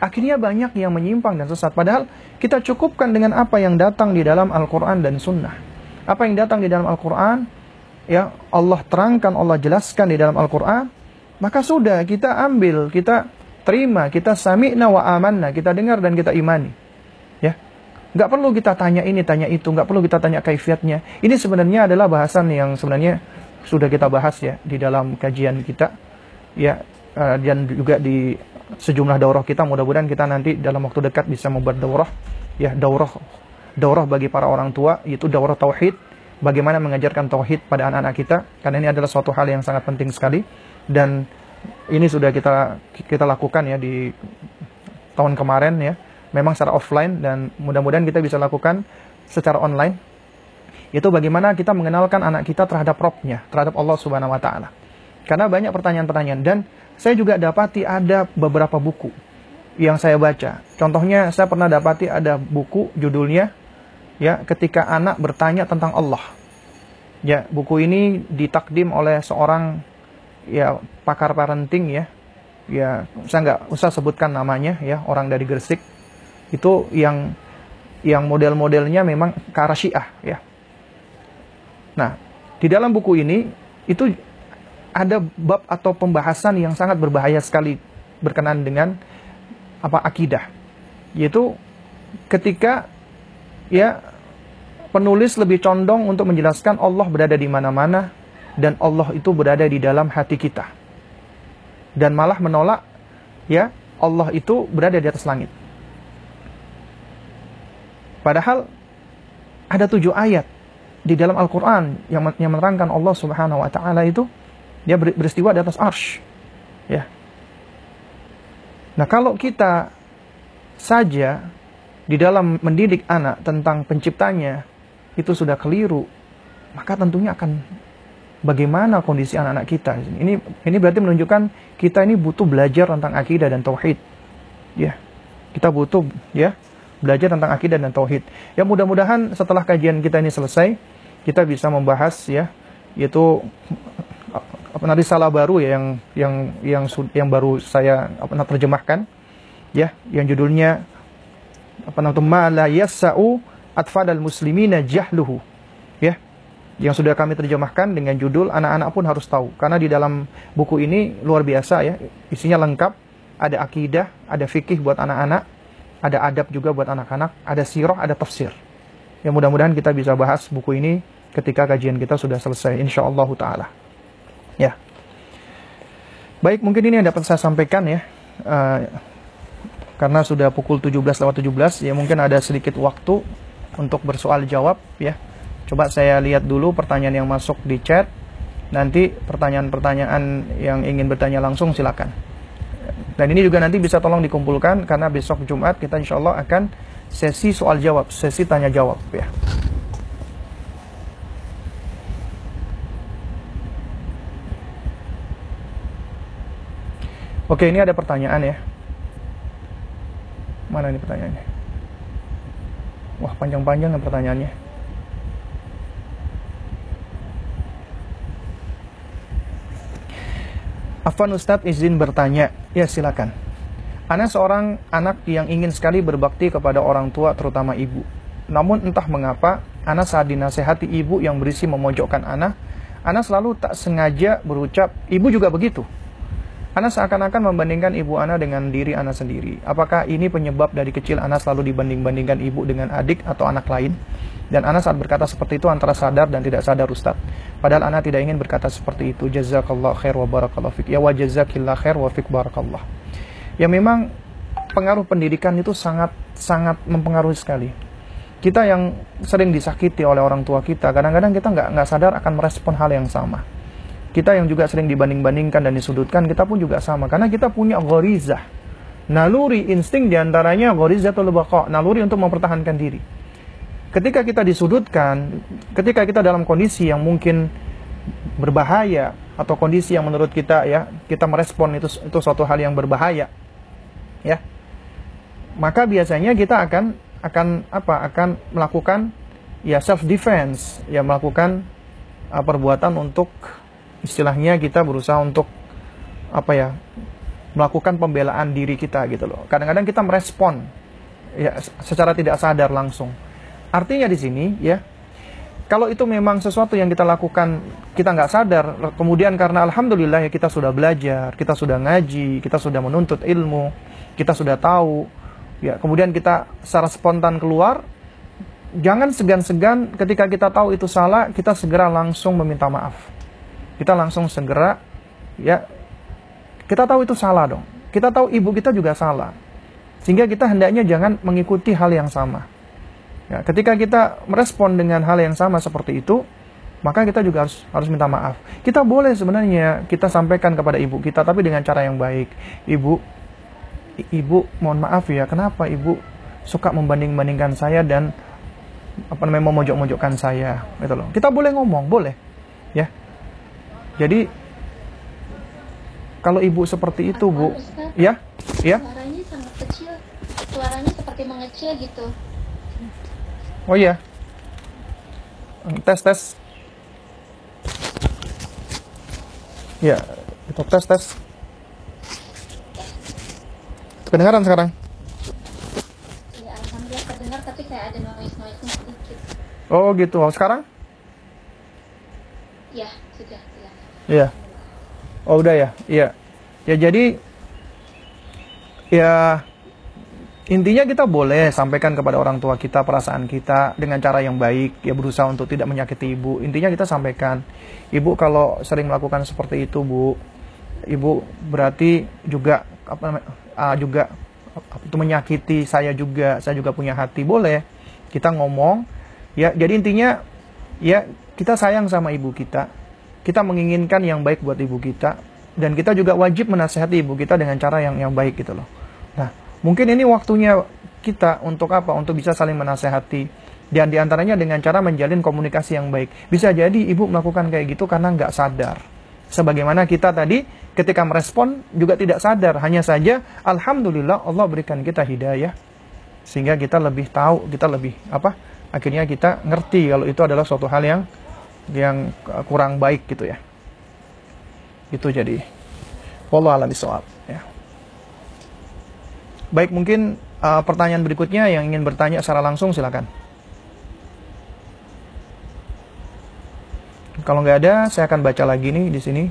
Akhirnya banyak yang menyimpang dan sesat. Padahal kita cukupkan dengan apa yang datang di dalam Al-Quran dan Sunnah. Apa yang datang di dalam Al-Quran, ya Allah terangkan, Allah jelaskan di dalam Al-Quran, maka sudah kita ambil, kita terima, kita sami'na wa amanna, kita dengar dan kita imani. Ya, nggak perlu kita tanya ini, tanya itu, nggak perlu kita tanya kaifiatnya. Ini sebenarnya adalah bahasan yang sebenarnya sudah kita bahas ya di dalam kajian kita, ya, dan juga di sejumlah daurah kita. Mudah-mudahan kita nanti dalam waktu dekat bisa membuat daurah, ya, daurah bagi para orang tua, yaitu daurah tauhid, bagaimana mengajarkan tauhid pada anak-anak kita, karena ini adalah suatu hal yang sangat penting sekali, dan ini sudah kita lakukan ya di tahun kemarin ya, memang secara offline, dan mudah-mudahan kita bisa lakukan secara online. Itu bagaimana kita mengenalkan anak kita terhadap Rabb-nya, terhadap Allah Subhanahu wa taala. Karena banyak pertanyaan-pertanyaan, dan saya juga dapati ada beberapa buku yang saya baca. Contohnya saya pernah dapati ada buku judulnya ya, Ketika Anak Bertanya Tentang Allah. Ya, buku ini ditakdim oleh seorang ya pakar parenting ya. Ya, saya nggak usah sebutkan namanya ya, orang dari Gresik. Itu yang model-modelnya memang ke arah Syiah ya. Nah, di dalam buku ini itu ada bab atau pembahasan yang sangat berbahaya sekali berkenaan dengan akidah. Yaitu ketika ya penulis lebih condong untuk menjelaskan Allah berada di mana-mana dan Allah itu berada di dalam hati kita. Dan malah menolak ya Allah itu berada di atas langit. Padahal ada 7 ayat di dalam Al-Quran yang menerangkan Allah Subhanahu wa taala itu dia beristiwa di atas arsy. Ya. Nah, kalau kita saja di dalam mendidik anak tentang penciptanya itu sudah keliru, maka tentunya akan bagaimana kondisi anak-anak kita. Ini berarti menunjukkan kita ini butuh belajar tentang akidah dan tauhid. Ya. Kita butuh ya belajar tentang akidah dan tauhid. Ya, mudah-mudahan setelah kajian kita ini selesai, kita bisa membahas ya, yaitu risalah baru ya yang baru saya terjemahkan ya, yang judulnya ma la yasau atfadal muslimina jahluhu ya, yang sudah kami terjemahkan dengan judul Anak-anak Pun Harus Tahu. Karena di dalam buku ini luar biasa ya, isinya lengkap, ada akidah, ada fikih buat anak-anak, ada adab juga buat anak-anak, ada sirah, ada tafsir. Ya, mudah-mudahan kita bisa bahas buku ini ketika kajian kita sudah selesai, insyaallah ta'ala. Ya. Baik, mungkin ini yang dapat saya sampaikan ya. Karena sudah pukul 17:17, ya mungkin ada sedikit waktu untuk bersoal jawab ya. Coba saya lihat dulu pertanyaan yang masuk di chat. Nanti pertanyaan-pertanyaan yang ingin bertanya langsung silakan. Dan ini juga nanti bisa tolong dikumpulkan, karena besok Jumat kita insyaallah akan sesi soal jawab, sesi tanya jawab ya. Oke, ini ada pertanyaan ya. Mana ini pertanyaannya? Wah, panjang-panjang pertanyaannya. Afwan Ustadz, izin bertanya. Ya, silakan. Ana seorang anak yang ingin sekali berbakti kepada orang tua, terutama ibu. Namun entah mengapa, ana saat dinasehati ibu yang berisi memojokkan ana selalu tak sengaja berucap, ibu juga begitu. Ana seakan-akan membandingkan ibu ana dengan diri ana sendiri. Apakah ini penyebab dari kecil ana selalu dibanding-bandingkan ibu dengan adik atau anak lain? Dan ana saat berkata seperti itu antara sadar dan tidak sadar, Ustaz. Padahal ana tidak ingin berkata seperti itu. Jazakallah khair wa barakallah fik. Ya wa jazakillah khair wa fik barakallah. Ya, memang pengaruh pendidikan itu sangat mempengaruhi sekali. Kita yang sering disakiti oleh orang tua kita, kadang-kadang kita nggak sadar akan merespon hal yang sama. Kita yang juga sering dibanding-bandingkan dan disudutkan, kita pun juga sama. Karena kita punya ghorizah, naluri, insting diantaranya ghorizatul baqa, naluri untuk mempertahankan diri. Ketika kita disudutkan, ketika kita dalam kondisi yang mungkin berbahaya, atau kondisi yang menurut kita ya, kita merespon itu suatu hal yang berbahaya, ya, maka biasanya kita akan melakukan ya self defense, ya melakukan perbuatan untuk istilahnya kita berusaha untuk melakukan pembelaan diri kita gitu loh. Kadang-kadang kita merespon ya secara tidak sadar langsung. Artinya di sini ya, kalau itu memang sesuatu yang kita lakukan kita nggak sadar, kemudian karena alhamdulillah ya kita sudah belajar, kita sudah ngaji, kita sudah menuntut ilmu, kita sudah tahu, ya kemudian kita secara spontan keluar, jangan segan-segan ketika kita tahu itu salah, kita segera langsung meminta maaf. Kita langsung segera, ya kita tahu itu salah dong. Kita tahu ibu kita juga salah. Sehingga kita hendaknya jangan mengikuti hal yang sama. Ya, ketika kita merespon dengan hal yang sama seperti itu, maka kita juga harus minta maaf. Kita boleh sebenarnya kita sampaikan kepada ibu kita, tapi dengan cara yang baik. Ibu, mohon maaf ya, kenapa ibu suka membanding-bandingkan saya dan memojok-mojokkan saya, gitu loh. Kita boleh ngomong, boleh, ya. Jadi kalau ibu seperti itu, Bu, ya, ya. Suaranya sangat kecil, suaranya seperti mengecil gitu. Oh iya, tes. Ya, itu tes. Kedengaran sekarang? Ya, alhamdulillah terdengar, tapi kayak ada noise-nya sedikit. Oh gitu, sekarang? Ya, sudah. Ya. Iya. Oh udah ya, iya. Ya jadi, ya intinya kita boleh sampaikan kepada orang tua kita perasaan kita dengan cara yang baik, ya berusaha untuk tidak menyakiti ibu. Intinya kita sampaikan, ibu kalau sering melakukan seperti itu, Bu, ibu berarti juga itu menyakiti saya juga punya hati. Boleh kita ngomong, ya. Jadi intinya, ya kita sayang sama ibu kita menginginkan yang baik buat ibu kita, dan kita juga wajib menasihati ibu kita dengan cara yang baik gitu loh. Nah, mungkin ini waktunya kita untuk apa? Untuk bisa saling menasehati. Dan diantaranya dengan cara menjalin komunikasi yang baik. Bisa jadi ibu melakukan kayak gitu karena nggak sadar. Sebagaimana kita tadi ketika merespon juga tidak sadar. Hanya saja alhamdulillah Allah berikan kita hidayah. Sehingga kita lebih tahu, kita lebih akhirnya kita ngerti kalau itu adalah suatu hal yang kurang baik gitu ya. Itu jadi wallahu a'lam bishawab ya. Baik, mungkin pertanyaan berikutnya yang ingin bertanya secara langsung silakan. Kalau nggak ada, saya akan baca lagi nih di sini.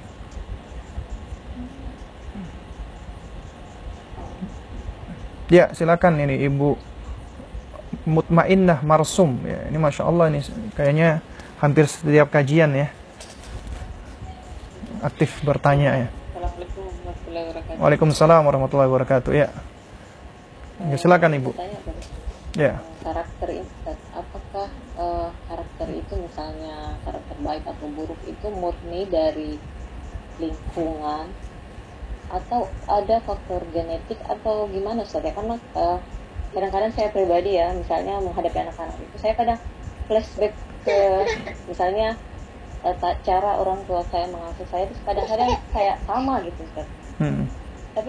Ya, silakan ini Ibu Mutmainnah Marsum ya. Ini Masya Allah, ini kayaknya hampir setiap kajian ya aktif bertanya ya. Assalamualaikum warahmatullahi wabarakatuh. Waalaikumsalam warahmatullahi wabarakatuh ya. Ya, silakan Ibu. Ya. Karakter itu, apakah karakter itu misalnya karakter baik atau buruk itu murni dari lingkungan atau ada faktor genetik atau gimana Ustaz ya? Karena kadang-kadang saya pribadi ya, misalnya menghadapi anak-anak itu saya kadang flashback ke misalnya cara orang tua saya mengasuh saya itu kadang-kadang kayak sama gitu Ustaz. Tapi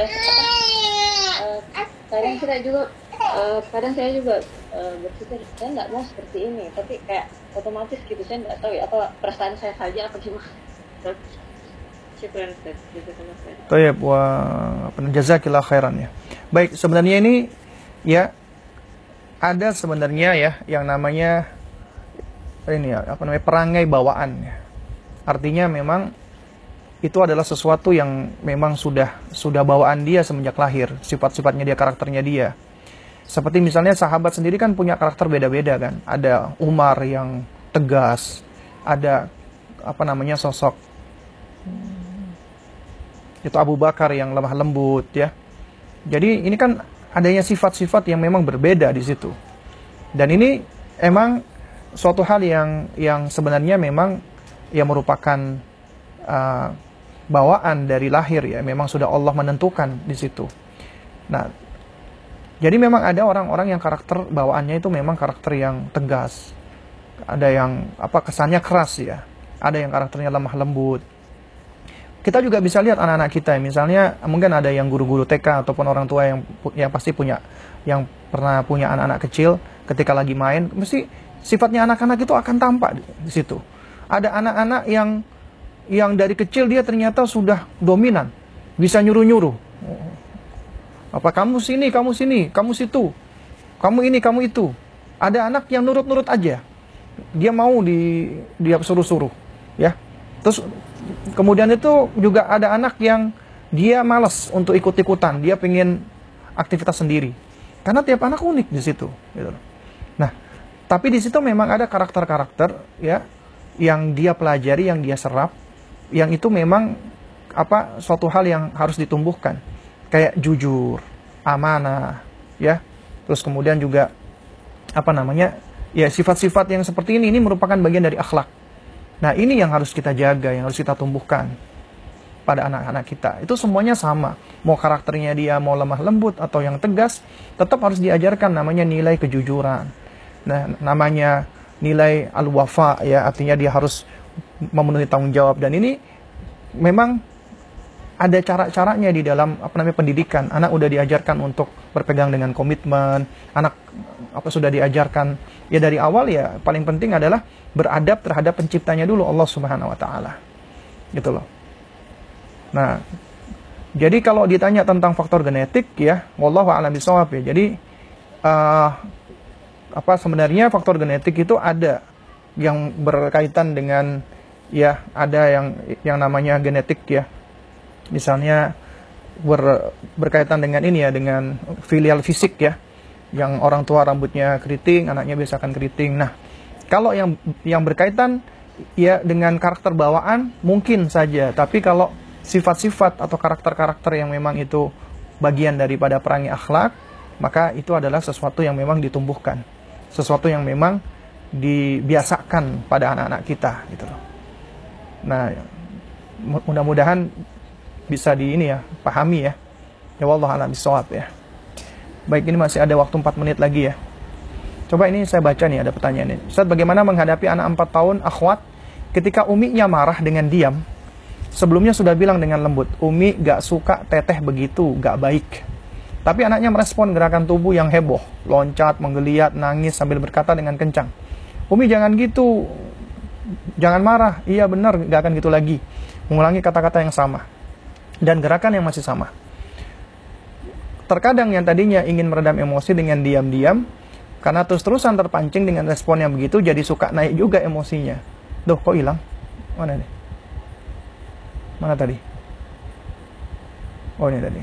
kadang saya juga berpikir saya nggak mau seperti ini, tapi kayak otomatis gitu, saya nggak tahu ya apa perasaan saya saja apa gimana. Syukran Ustaz. Baik, jazakillah khairan ya. Baik, sebenarnya ini ya ada sebenarnya ya yang namanya ini ya perangai bawaan ya. Artinya memang itu adalah sesuatu yang memang sudah bawaan dia semenjak lahir, sifat-sifatnya dia, karakternya dia. Seperti misalnya sahabat sendiri kan punya karakter beda-beda kan. Ada Umar yang tegas, ada sosok itu Abu Bakar yang lemah lembut ya. Jadi ini kan adanya sifat-sifat yang memang berbeda di situ. Dan ini emang suatu hal yang sebenarnya memang yang merupakan bawaan dari lahir ya, memang sudah Allah menentukan di situ. Nah, jadi memang ada orang-orang yang karakter bawaannya itu memang karakter yang tegas. Ada yang kesannya keras ya. Ada yang karakternya lemah lembut. Kita juga bisa lihat anak-anak kita, misalnya mungkin ada yang guru-guru TK ataupun orang tua yang pasti yang pernah punya anak-anak kecil, ketika lagi main mesti sifatnya anak-anak itu akan tampak di situ. Ada anak-anak yang dari kecil dia ternyata sudah dominan, bisa nyuruh-nyuruh. Apa kamu sini, kamu situ, kamu ini, kamu itu. Ada anak yang nurut-nurut aja, dia mau dia suruh-suruh, ya. Terus kemudian itu juga ada anak yang dia malas untuk ikut-ikutan, dia pengen aktivitas sendiri. Karena tiap anak unik di situ, gitu. Nah, tapi di situ memang ada karakter-karakter ya yang dia pelajari, yang dia serap, yang itu memang suatu hal yang harus ditumbuhkan. Kayak jujur, amanah, ya. Terus kemudian juga ya sifat-sifat yang seperti ini merupakan bagian dari akhlak. Nah, ini yang harus kita jaga, yang harus kita tumbuhkan pada anak-anak kita. Itu semuanya sama. Mau karakternya dia mau lemah lembut atau yang tegas, tetap harus diajarkan namanya nilai kejujuran. Nah, namanya nilai al-wafa, ya, artinya dia harus memenuhi tanggung jawab. Dan ini memang ada cara-caranya di dalam pendidikan. Anak udah diajarkan untuk berpegang dengan komitmen. Anak sudah diajarkan ya dari awal, ya paling penting adalah beradab terhadap penciptanya dulu, Allah Subhanahu wa taala. Gitu loh. Nah, jadi kalau ditanya tentang faktor genetik, ya wallahu a'lam bishawab, ya. Jadi sebenarnya faktor genetik itu ada yang berkaitan dengan, ya, ada yang namanya genetik, ya. Misalnya berkaitan dengan ini, ya, dengan filial fisik, ya. Yang orang tua rambutnya keriting, anaknya biasa akan keriting. Nah, kalau yang berkaitan ya dengan karakter bawaan mungkin saja, tapi kalau sifat-sifat atau karakter-karakter yang memang itu bagian daripada perangi akhlak, maka itu adalah sesuatu yang memang ditumbuhkan, sesuatu yang memang dibiasakan pada anak-anak kita, gitu loh. Nah, mudah-mudahan bisa pahami, ya. Ya wallahu a'lam bishawab, ya. Baik, ini masih ada waktu 4 menit lagi, ya. Coba ini saya baca nih, ada pertanyaan ini. Ustaz, bagaimana menghadapi anak 4 tahun akhwat ketika uminya marah dengan diam? Sebelumnya sudah bilang dengan lembut, Umi gak suka teteh begitu, gak baik. Tapi anaknya merespon gerakan tubuh yang heboh, loncat, menggeliat, nangis sambil berkata dengan kencang, Umi jangan gitu, jangan marah, iya benar, gak akan gitu lagi. Mengulangi kata-kata yang sama dan gerakan yang masih sama. Terkadang yang tadinya ingin meredam emosi dengan diam-diam, karena terus-terusan terpancing dengan respon yang begitu, jadi suka naik juga emosinya. Duh, kok hilang? Mana nih? Mana tadi? Oh, ini tadi.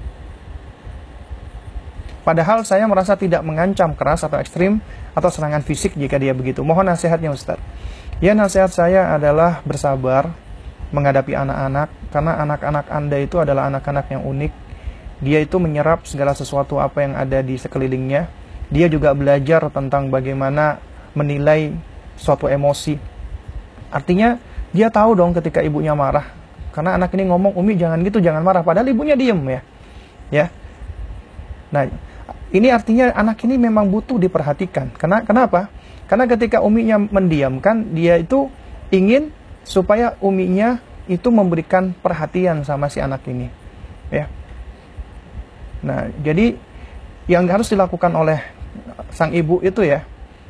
Padahal saya merasa tidak mengancam keras atau ekstrim atau serangan fisik jika dia begitu. Mohon nasihatnya, Ustaz. Ya, nasihat saya adalah bersabar menghadapi anak-anak, karena anak-anak Anda itu adalah anak-anak yang unik. Dia itu menyerap segala sesuatu apa yang ada di sekelilingnya. Dia juga belajar tentang bagaimana menilai suatu emosi. Artinya dia tahu dong ketika ibunya marah. Karena anak ini ngomong, Umi jangan gitu, jangan marah. Padahal ibunya diem, ya. Ya. Nah, ini artinya anak ini memang butuh diperhatikan. Kenapa? Karena ketika uminya mendiamkan, dia itu ingin supaya uminya itu memberikan perhatian sama si anak ini. Ya. Nah, jadi yang harus dilakukan oleh sang ibu itu, ya,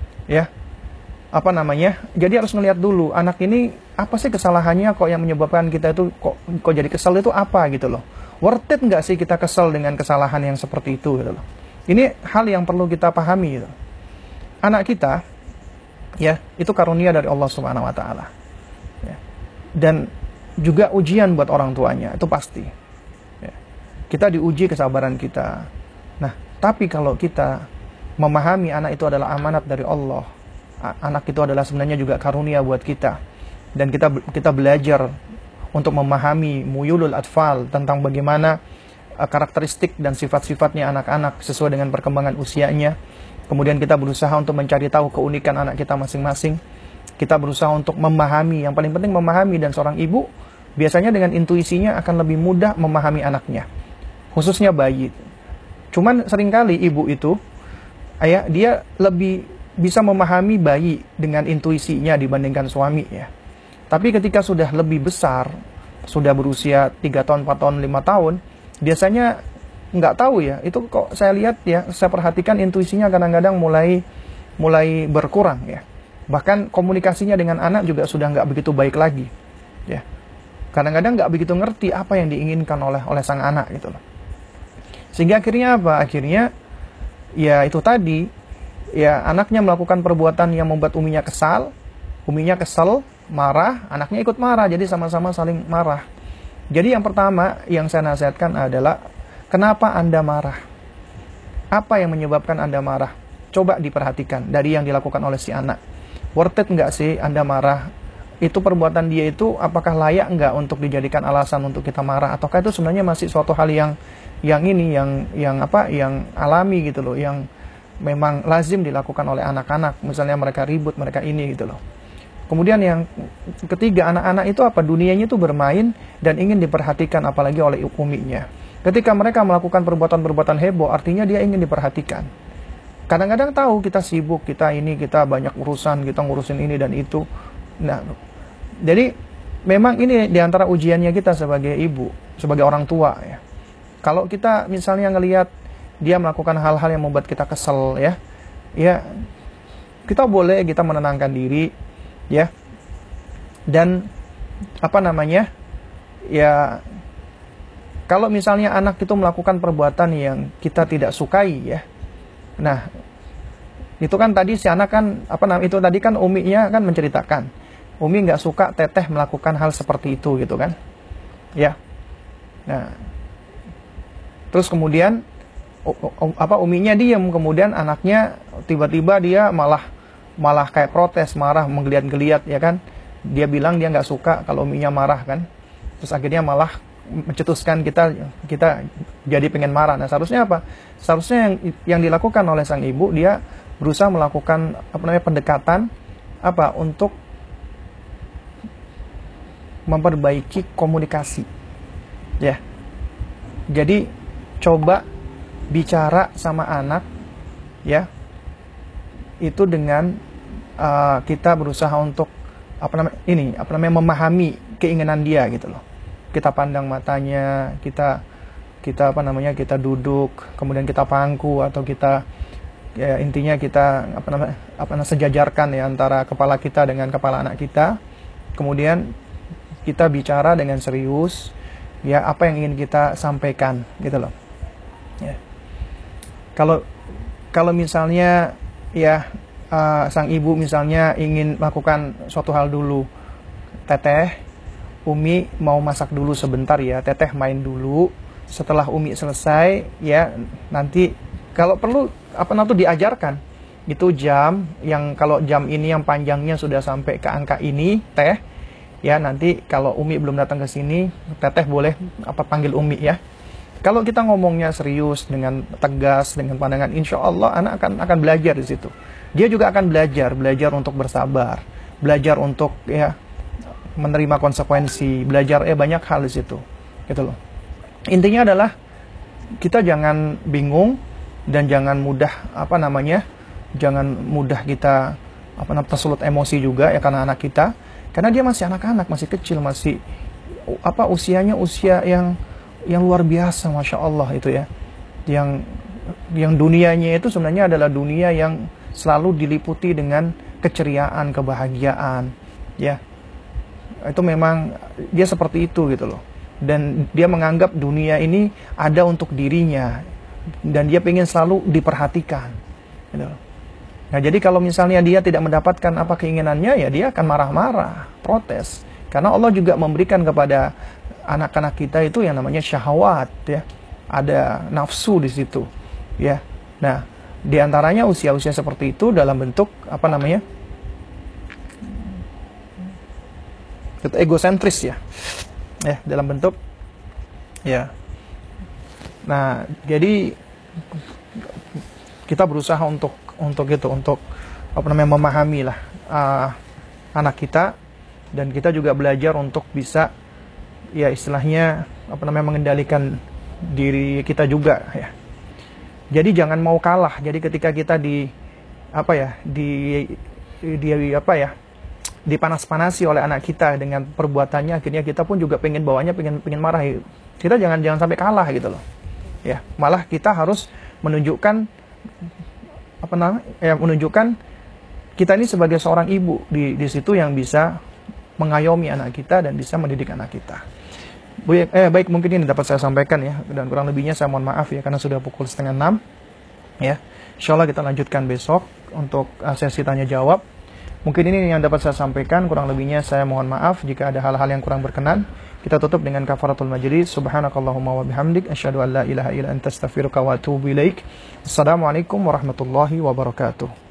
jadi harus ngelihat dulu anak ini apa sih kesalahannya kok yang menyebabkan kita itu kok jadi kesel, itu apa gitu loh. Worth it nggak sih kita kesel dengan kesalahan yang seperti itu, gitu loh. Ini hal yang perlu kita pahami, gitu. Anak kita, ya, itu karunia dari Allah Subhanahu wa taala. Ya. Dan juga ujian buat orang tuanya, itu pasti. Ya. Kita diuji kesabaran kita. Nah, tapi kalau kita memahami anak itu adalah amanat dari Allah, anak itu adalah sebenarnya juga karunia buat kita, dan kita belajar untuk memahami muyulul atfal, tentang bagaimana karakteristik dan sifat-sifatnya anak-anak sesuai dengan perkembangan usianya. Kemudian kita berusaha untuk mencari tahu keunikan anak kita masing-masing. Kita berusaha untuk memahami, yang paling penting memahami, dan seorang ibu biasanya dengan intuisinya akan lebih mudah memahami anaknya, khususnya bayi. Cuman seringkali ibu itu, dia lebih bisa memahami bayi dengan intuisinya dibandingkan suami, ya. Tapi ketika sudah lebih besar, sudah berusia 3 tahun, 4 tahun, 5 tahun, biasanya nggak tahu, ya. Itu kok saya lihat, ya, saya perhatikan intuisinya kadang-kadang mulai berkurang, ya. Bahkan komunikasinya dengan anak juga sudah nggak begitu baik lagi, ya. Kadang-kadang nggak begitu ngerti apa yang diinginkan oleh sang anak, gitu loh. Sehingga akhirnya apa? Akhirnya ya itu tadi, ya anaknya melakukan perbuatan yang membuat uminya kesal, marah, anaknya ikut marah, jadi sama-sama saling marah. Jadi yang pertama yang saya nasihatkan adalah, kenapa Anda marah? Apa yang menyebabkan Anda marah? Coba diperhatikan dari yang dilakukan oleh si anak. Worth it nggak sih Anda marah? Itu perbuatan dia itu apakah layak nggak untuk dijadikan alasan untuk kita marah? Ataukah itu sebenarnya masih suatu hal yang alami gitu loh, yang memang lazim dilakukan oleh anak-anak. Misalnya mereka ribut, mereka ini gitu loh. Kemudian yang ketiga, anak-anak itu apa? Dunianya itu bermain dan ingin diperhatikan, apalagi oleh uminya. Ketika mereka melakukan perbuatan-perbuatan heboh, artinya dia ingin diperhatikan. Kadang-kadang tahu kita sibuk, kita banyak urusan, kita ngurusin ini dan itu. Nah, jadi memang ini diantara ujiannya kita sebagai ibu, sebagai orang tua ya. Kalau kita misalnya ngelihat dia melakukan hal-hal yang membuat kita kesel ya, kita boleh kita menenangkan diri ya. Dan kalau misalnya anak itu melakukan perbuatan yang kita tidak sukai ya. Nah, itu kan tadi si anak kan itu tadi kan uminya kan menceritakan. Umi nggak suka teteh melakukan hal seperti itu gitu kan. Ya. Nah, terus kemudian uminya diam, kemudian anaknya tiba-tiba dia malah kayak protes, marah, menggeliat-geliat ya kan. Dia bilang dia nggak suka kalau uminya marah kan. Terus akhirnya malah mencetuskan kita jadi pengen marah. Nah, seharusnya apa? Seharusnya yang dilakukan oleh sang ibu, dia berusaha melakukan pendekatan untuk memperbaiki komunikasi. Ya. Jadi coba bicara sama anak ya. Itu dengan kita berusaha untuk memahami keinginan dia gitu loh. Kita pandang matanya, kita duduk, kemudian kita pangku atau kita ya intinya kita sejajarkan ya antara kepala kita dengan kepala anak kita. Kemudian kita bicara dengan serius ya, apa yang ingin kita sampaikan gitu loh. Ya. Kalau misalnya ya sang ibu misalnya ingin melakukan suatu hal dulu, teteh, Umi mau masak dulu sebentar ya, teteh main dulu. Setelah Umi selesai ya, nanti kalau perlu diajarkan itu jam yang, kalau jam ini yang panjangnya sudah sampai ke angka ini teh ya, nanti kalau Umi belum datang ke sini, teteh boleh panggil Umi ya. Kalau kita ngomongnya serius dengan tegas, dengan pandangan, insya Allah anak akan belajar di situ. Dia juga akan belajar untuk bersabar, belajar untuk ya menerima konsekuensi, belajar banyak hal di situ, gitu loh. Intinya adalah kita jangan bingung dan jangan mudah jangan mudah kita tersulut emosi juga ya karena anak kita, karena dia masih anak-anak, masih kecil, masih usianya usia yang luar biasa, masya Allah itu ya, yang dunianya itu sebenarnya adalah dunia yang selalu diliputi dengan keceriaan, kebahagiaan ya. Itu memang dia seperti itu gitu loh, dan dia menganggap dunia ini ada untuk dirinya dan dia pengen selalu diperhatikan gitu loh. Nah, jadi kalau misalnya dia tidak mendapatkan apa keinginannya, ya dia akan marah-marah, protes, karena Allah juga memberikan kepada anak-anak kita itu yang namanya syahwat ya, ada nafsu di situ ya. Nah, diantaranya usia-usia seperti itu dalam bentuk itu egosentris ya, dalam bentuk ya. Nah, jadi kita berusaha untuk memahami lah anak kita, dan kita juga belajar untuk bisa ya istilahnya mengendalikan diri kita juga ya. Jadi jangan mau kalah. Jadi ketika kita dipanas-panasi oleh anak kita dengan perbuatannya, akhirnya kita pun juga pengen marah. Kita jangan sampai kalah gitu loh. Ya, malah kita harus menunjukkan menunjukkan kita ini sebagai seorang ibu di situ yang bisa mengayomi anak kita dan bisa mendidik anak kita. Baik, mungkin ini dapat saya sampaikan ya, dan kurang lebihnya saya mohon maaf ya karena sudah pukul 5:30 ya. Insyaallah kita lanjutkan besok untuk sesi tanya jawab. Mungkin ini yang dapat saya sampaikan, kurang lebihnya saya mohon maaf jika ada hal-hal yang kurang berkenan. Kita tutup dengan kafaratul majlis. Subhanakallahumma wa bihamdik asyhadu an la ilaha illa anta astaghfiruka wa atubu ilaik. Assalamualaikum warahmatullahi wabarakatuh.